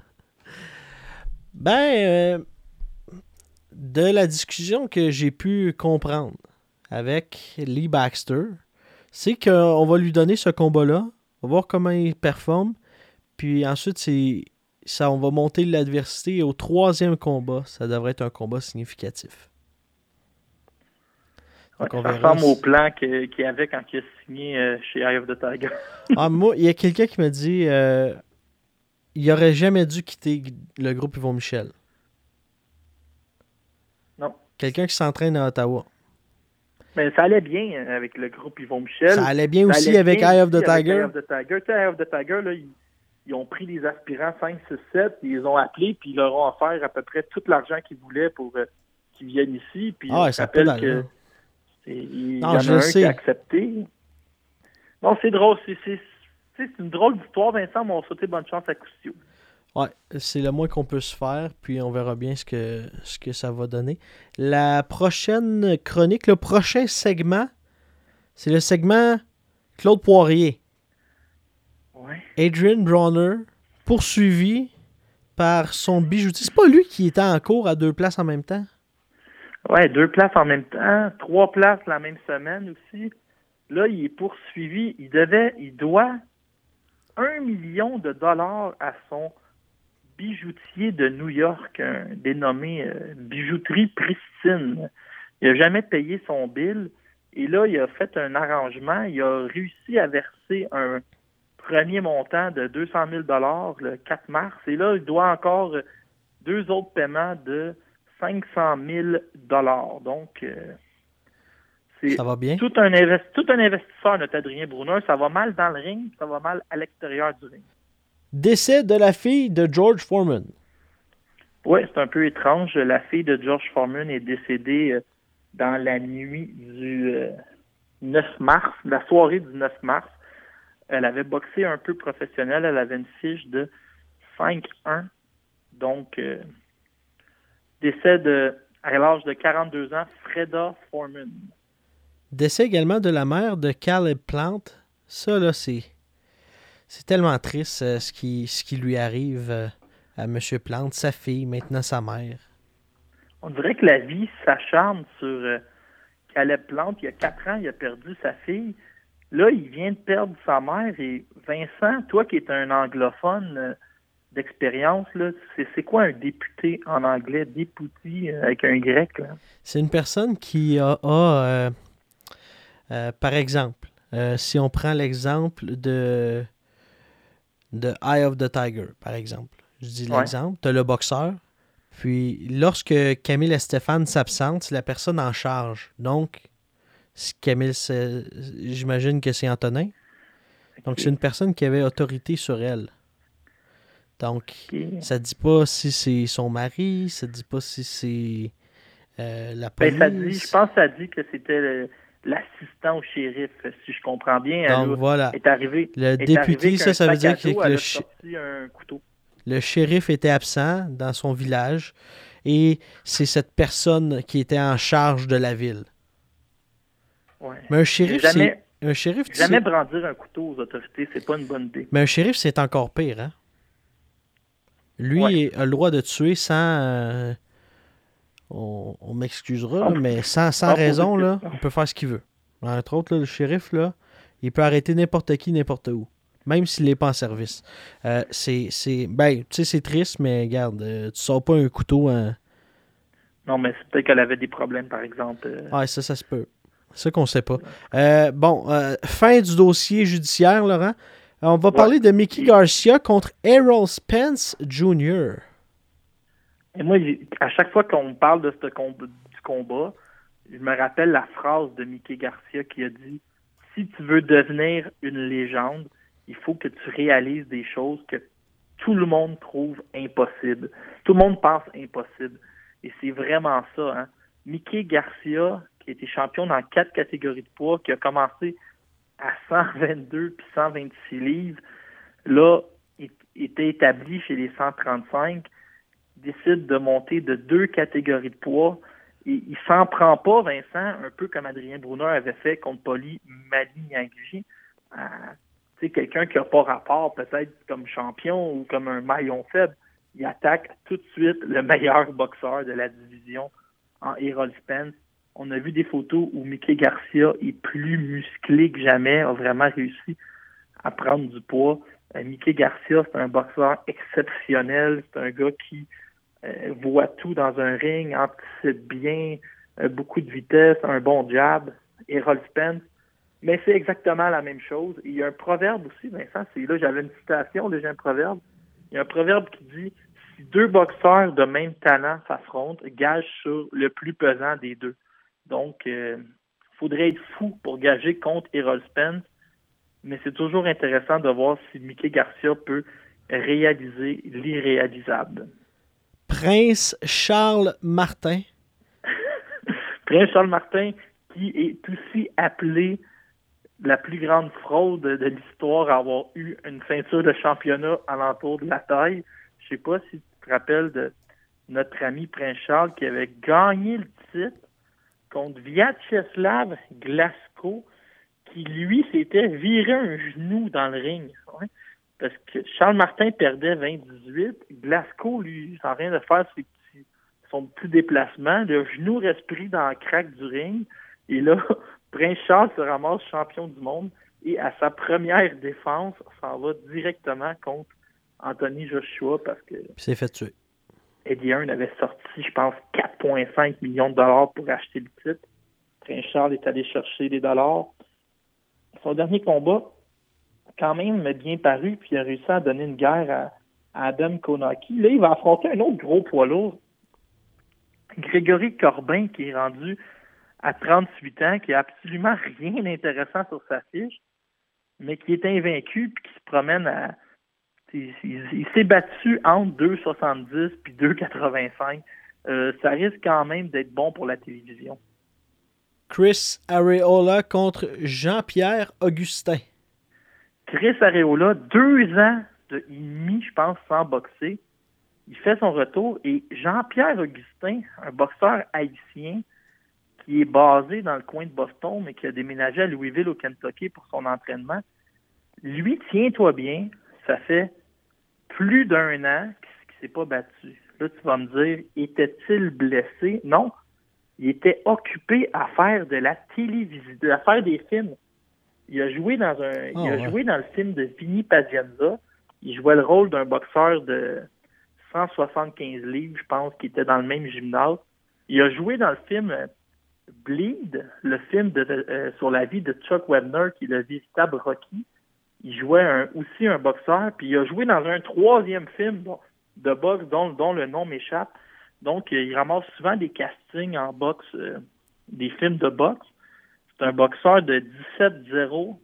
C: De la discussion que j'ai pu comprendre avec Lee Baxter, c'est qu'on va lui donner ce combat-là, on va voir comment il performe, puis ensuite, on va monter l'adversité. Et au 3e combat, ça devrait être un combat significatif.
D: Ouais, ça ressemble au plan qu'il y avait quand il a signé chez Eye of the Tiger.
C: Moi, il y a quelqu'un qui me dit il n'aurait jamais dû quitter le groupe Yvon Michel.
D: Non.
C: Quelqu'un qui s'entraîne à Ottawa.
D: Mais ça allait bien avec le groupe Yvon Michel.
C: Ça allait bien aussi avec Eye of the Tiger.
D: Eye of the Tiger, là, ils ont pris les aspirants 5, 6, 7, ils les ont appelés, puis ils leur ont offert à peu près tout l'argent qu'ils voulaient pour qu'ils viennent ici. Puis
C: ça rappelle que
D: il y en a un qui a accepté. Non, c'est drôle. C'est une drôle d'histoire, Vincent, mais on va souhaiter bonne chance à Custio.
C: Ouais, c'est le moins qu'on peut se faire, puis on verra bien ce que ça va donner. La prochaine chronique, le prochain segment, c'est le segment Claude Poirier.
D: Ouais.
C: Adrian Bronner, poursuivi par son bijoutier. C'est pas lui qui était en cours à 2 places en même temps?
D: Ouais, 2 places en même temps, 3 places la même semaine aussi. Là, il est poursuivi. Il doit $1 million à son bijoutier de New York, dénommé Bijouterie Pristine. Il n'a jamais payé son bill. Et là, il a fait un arrangement. Il a réussi à verser un premier montant de 200 000 $ le 4 mars. Et là, il doit encore 2 autres paiements de 500 000 $. Donc, c'est
C: ça va bien.
D: Tout un investisseur, notre Adrien Brunner. Ça va mal dans le ring, ça va mal à l'extérieur du ring.
C: Décès de la fille de George Foreman.
D: Oui, c'est un peu étrange. La fille de George Foreman est décédée dans la nuit du 9 mars, la soirée du 9 mars. Elle avait boxé un peu professionnel. Elle avait une fiche de 5-1. Donc, décès à l'âge de 42 ans, Freda Foreman.
C: Décès également de la mère de Caleb Plant. Ça, là, c'est tellement triste ce qui lui arrive à M. Plante, sa fille, maintenant sa mère.
D: On dirait que la vie s'acharne sur Caleb Plante. Il y a 4 ans, il a perdu sa fille. Là, il vient de perdre sa mère. Et Vincent, toi qui es un anglophone d'expérience, là, c'est quoi un député en anglais? Député avec un grec, là? C'est
C: une personne qui a par exemple, si on prend l'exemple de Eye of the Tiger, par exemple. Je dis l'exemple, tu as le boxeur, Puis, lorsque Camille Estefan s'absente, c'est la personne en charge. Donc, j'imagine que c'est Antonin. Donc, c'est une personne qui avait autorité sur elle. Donc, ça dit pas si c'est son mari, ça dit pas si c'est la police.
D: Je pense que ça dit que c'était l'assistant au shérif, si je comprends bien.
C: Donc, voilà.
D: Est arrivé,
C: le député, ça veut dire que
D: un couteau.
C: Le shérif était absent dans son village et c'est cette personne qui était en charge de la ville.
D: Ouais.
C: Mais un shérif,
D: jamais brandir un couteau aux autorités, c'est pas une bonne idée.
C: Mais un shérif, c'est encore pire, hein? Lui a le droit de tuer sans... on m'excusera, mais sans raison, là, il peut faire ce qu'il veut. Entre autres, là, le shérif, là, il peut arrêter n'importe qui, n'importe où. Même s'il n'est pas en service. C'est triste, mais regarde, tu sors pas un couteau...
D: Non, mais c'est peut-être qu'elle avait des problèmes, par exemple.
C: Ouais, ça se peut. C'est ça qu'on sait pas. Fin du dossier judiciaire, Laurent. On va parler de Mickey Garcia contre Errol Spence Jr.
D: Et moi, à chaque fois qu'on parle de du combat, je me rappelle la phrase de Mickey Garcia qui a dit « Si tu veux devenir une légende, il faut que tu réalises des choses que tout le monde trouve impossibles. Tout le monde pense impossible. » Et c'est vraiment ça. Hein? Mickey Garcia, qui a été champion dans 4 catégories de poids, qui a commencé à 122 puis 126 livres, là, il était établi chez les 135, décide de monter de 2 catégories de poids. Et il s'en prend pas, Vincent, un peu comme Adrien Brunner avait fait contre Poli Malignaggi. C'est quelqu'un qui n'a pas rapport peut-être comme champion ou comme un maillon faible. Il attaque tout de suite le meilleur boxeur de la division en Errol Spence. On a vu des photos où Mickey Garcia est plus musclé que jamais, a vraiment réussi à prendre du poids. Mickey Garcia, c'est un boxeur exceptionnel. C'est un gars qui voit tout dans un ring, anticipe bien, beaucoup de vitesse, un bon jab. Errol Spence. Mais c'est exactement la même chose. Il y a un proverbe aussi, Vincent, j'avais une citation, j'ai un proverbe. Il y a un proverbe qui dit « Si 2 boxeurs de même talent s'affrontent, gage sur le plus pesant des 2. » Donc, il faudrait être fou pour gager contre Errol Spence, mais c'est toujours intéressant de voir si Mickey Garcia peut réaliser l'irréalisable.
C: Prince Charles Martin.
D: Prince Charles Martin, qui est aussi appelé la plus grande fraude de l'histoire à avoir eu une ceinture de championnat alentour de la taille. Je sais pas si tu te rappelles de notre ami Prince Charles qui avait gagné le titre contre Vyacheslav Glasgow, qui, lui, s'était viré un genou dans le ring. Ouais. Parce que Charles Martin perdait 20-18. Glasgow, lui, sans rien de faire son petit déplacement, le genou reste pris dans la craque du ring. Et là, Prince Charles se ramasse champion du monde et à sa première défense, s'en va directement contre Anthony Joshua parce que...
C: Puis c'est fait tuer.
D: Eddie Hearn avait sorti, je pense, 4,5 millions de dollars pour acheter le titre. Prince Charles est allé chercher les dollars. Son dernier combat, quand même, m'a bien paru, puis il a réussi à donner une guerre à Adam Konaki. Là, il va affronter un autre gros poids lourd, Grégory Corbin, qui est rendu à 38 ans, qui a absolument rien d'intéressant sur sa fiche, mais qui est invaincu, puis qui se promène à... Il s'est battu entre 2,70 puis 2,85. Ça risque quand même d'être bon pour la télévision.
C: Chris Areola contre Jean-Pierre Augustin.
D: Chris Areola, 2 ans et demi, je pense, sans boxer. Il fait son retour et Jean-Pierre Augustin, un boxeur haïtien qui est basé dans le coin de Boston, mais qui a déménagé à Louisville, au Kentucky, pour son entraînement. Lui, tiens-toi bien, ça fait plus d'1 an qu'il ne s'est pas battu. Là, tu vas me dire, était-il blessé? Non. Il était occupé à faire de la télévision, à faire des films. Il a joué dans joué dans le film de Vinny Pazienza. Il jouait le rôle d'un boxeur de 175 livres, je pense, qui était dans le même gymnase. Il a joué dans le film Bleed, le film sur la vie de Chuck Webner, qui est le véritable Rocky. Il jouait aussi un boxeur, puis il a joué dans un 3e film de boxe dont le nom m'échappe. Donc, il ramasse souvent des castings en boxe, des films de boxe. C'est un boxeur de 17-0,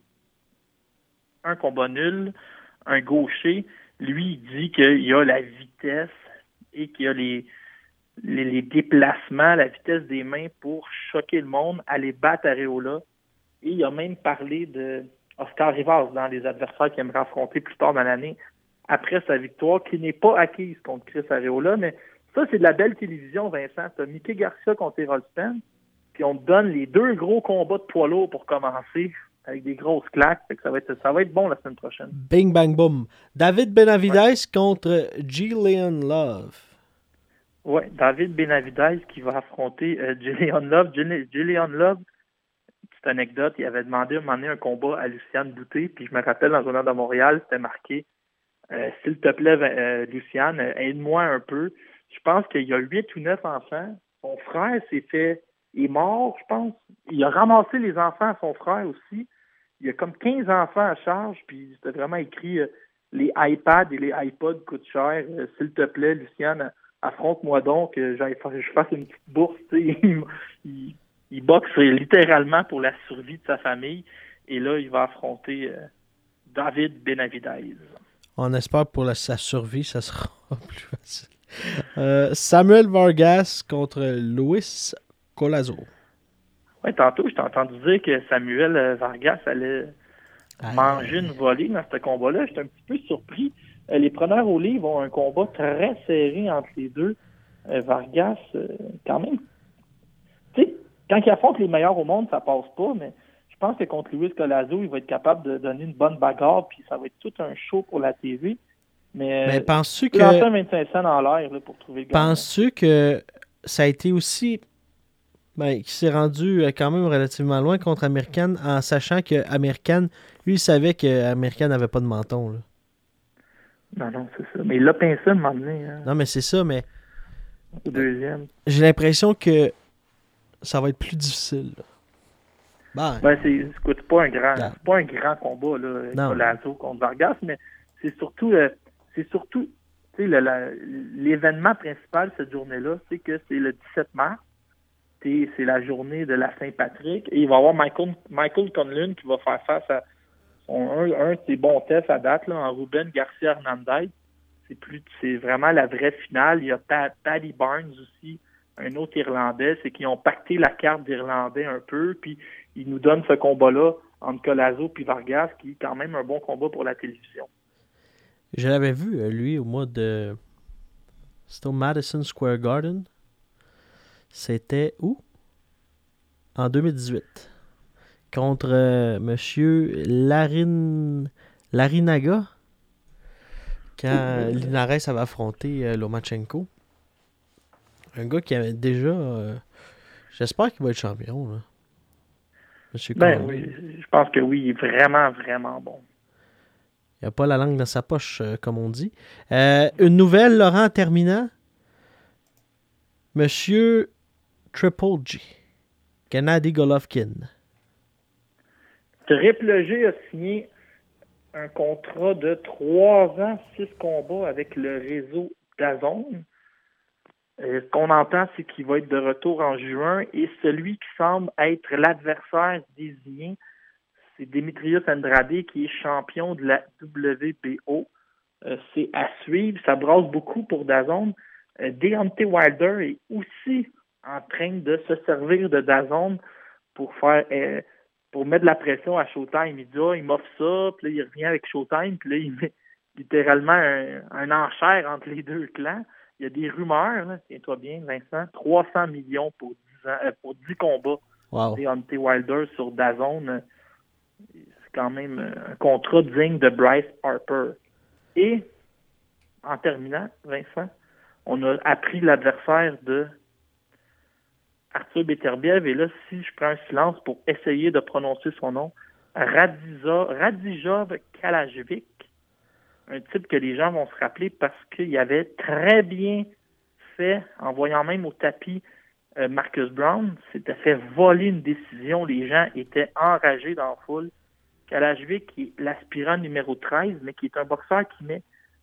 D: un combat nul, un gaucher. Lui, il dit qu'il a la vitesse et qu'il a les déplacements, la vitesse des mains pour choquer le monde, aller battre Areola. Et il a même parlé de Oscar Rivas dans les adversaires qu'il aimerait affronter plus tard dans l'année après sa victoire, qui n'est pas acquise contre Chris Areola. Mais ça, c'est de la belle télévision, Vincent. Tu as Mickey Garcia contre Errol Spence, puis on te donne les 2 gros combats de poids lourds pour commencer, avec des grosses claques. Fait que ça va être bon la semaine prochaine.
C: Bing, bang, boom. David Benavidez contre Gillian Love.
D: Oui, David Benavidez qui va affronter Gillian Love. Gillian Love, petite anecdote, il avait demandé à un moment donné un combat à Luciane Boutet, puis je me rappelle dans le journal de Montréal, c'était marqué « S'il te plaît, Luciane, aide-moi un peu. » Je pense qu'il y a 8 ou 9 enfants. Son frère est mort, je pense. Il a ramassé les enfants à son frère aussi. Il y a comme 15 enfants à charge, puis c'était vraiment écrit les iPads et les iPods coûtent cher. S'il te plaît, Luciane, affronte-moi donc, je fasse une petite bourse. Il boxe littéralement pour la survie de sa famille. Et là, il va affronter David Benavidez.
C: On espère pour sa survie, ça sera plus facile. Samuel Vargas contre Luis Collazo.
D: Oui, tantôt, je t'ai entendu dire que Samuel Vargas allait manger une volée dans ce combat-là. J'étais un petit peu surpris. Les preneurs au livre ont un combat très serré entre les deux. Vargas, quand même, tu sais, quand il affronte les meilleurs au monde, ça passe pas, mais je pense que contre Luis Collazo, il va être capable de donner une bonne bagarre, puis ça va être tout un show pour la TV. Mais
C: penses-tu que...
D: lancer un 25 cents dans l'air là, pour trouver le gagnant.
C: Penses-tu que ça a été aussi... qu'il s'est rendu quand même relativement loin contre American en sachant que American, lui, il savait que American n'avait pas de menton, là.
D: Non, c'est ça. Mais il l'a pincé à un moment donné. Hein.
C: Non, mais c'est ça, mais...
D: Au deuxième.
C: J'ai l'impression que ça va être plus difficile, là.
D: C'est pas un grand combat, là, Collazo contre Vargas, mais c'est surtout l'événement principal cette journée-là, c'est que c'est le 17 mars. C'est la journée de la Saint-Patrick. Et il va y avoir Michael Conlon qui va faire face à un de ses bons tests à date, là, en Ruben Garcia Hernandez. C'est vraiment la vraie finale. Il y a Paddy Barnes aussi, un autre Irlandais. C'est qu'ils ont pacté la carte d'Irlandais un peu, puis ils nous donnent ce combat-là entre Collazo et Vargas, qui est quand même un bon combat pour la télévision.
C: Je l'avais vu, lui, au mois de... C'était au Madison Square Garden. C'était où? En 2018. Contre Monsieur Larinaga. Quand Linares avait affronté Lomachenko. Un gars qui avait déjà... j'espère qu'il va être champion, là. Monsieur
D: oui, je pense que oui, il est vraiment, vraiment bon.
C: Il n'a pas la langue dans sa poche, comme on dit. Une nouvelle, Laurent, en terminant. Monsieur Triple G. Gennady Golovkin.
D: Triple G a signé un contrat de 3 ans, 6 combats avec le réseau DAZN. Ce qu'on entend, c'est qu'il va être de retour en juin et celui qui semble être l'adversaire désigné, c'est Demetrius Andrade qui est champion de la WBO. C'est à suivre, ça brasse beaucoup pour DAZN. Deontay Wilder est aussi en train de se servir de DAZN pour mettre de la pression à Showtime. Il dit il m'offre ça, puis là il revient avec Showtime, puis là il met littéralement un enchère entre les deux clans. Il y a des rumeurs, là, tiens-toi bien, Vincent, 300 millions pour 10 combats.
C: Wow.
D: Deontay Wilder sur DAZN, c'est quand même un contrat digne de Bryce Harper. Et, en terminant, Vincent, on a appris l'adversaire de Arthur Beterbiev, et là, si je prends un silence pour essayer de prononcer son nom, Radijov Kalajvic, un type que les gens vont se rappeler parce qu'il avait très bien fait, en voyant même au tapis Marcus Brown, s'était fait voler une décision, les gens étaient enragés dans la foule. Kalajvic qui est l'aspirant numéro 13, mais qui est un boxeur qui met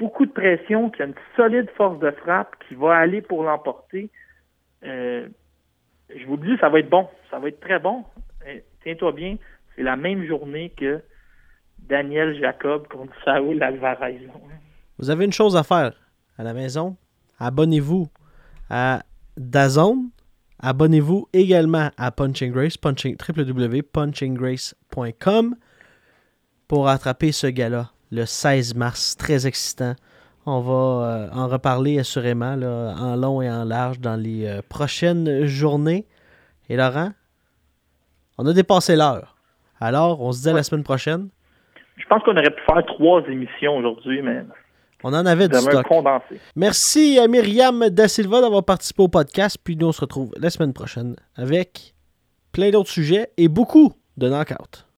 D: beaucoup de pression, qui a une solide force de frappe, qui va aller pour l'emporter. Je vous le dis, ça va être bon. Ça va être très bon. Tiens-toi bien, c'est la même journée que Daniel Jacob contre Saúl Alvarez.
C: Vous avez une chose à faire à la maison. Abonnez-vous à DAZN. Abonnez-vous également à Punching Grace, www.punchinggrace.com pour attraper ce gala le 16 mars. Très excitant. On va en reparler assurément là, en long et en large dans les prochaines journées. Et Laurent, on a dépassé l'heure. Alors, on se dit à la semaine prochaine.
D: Je pense qu'on aurait pu faire 3 émissions aujourd'hui, mais
C: on en avait du stock.
D: Condensé.
C: Merci à Myriam Da Silva d'avoir participé au podcast. Puis nous, on se retrouve la semaine prochaine avec plein d'autres sujets et beaucoup de knock-out.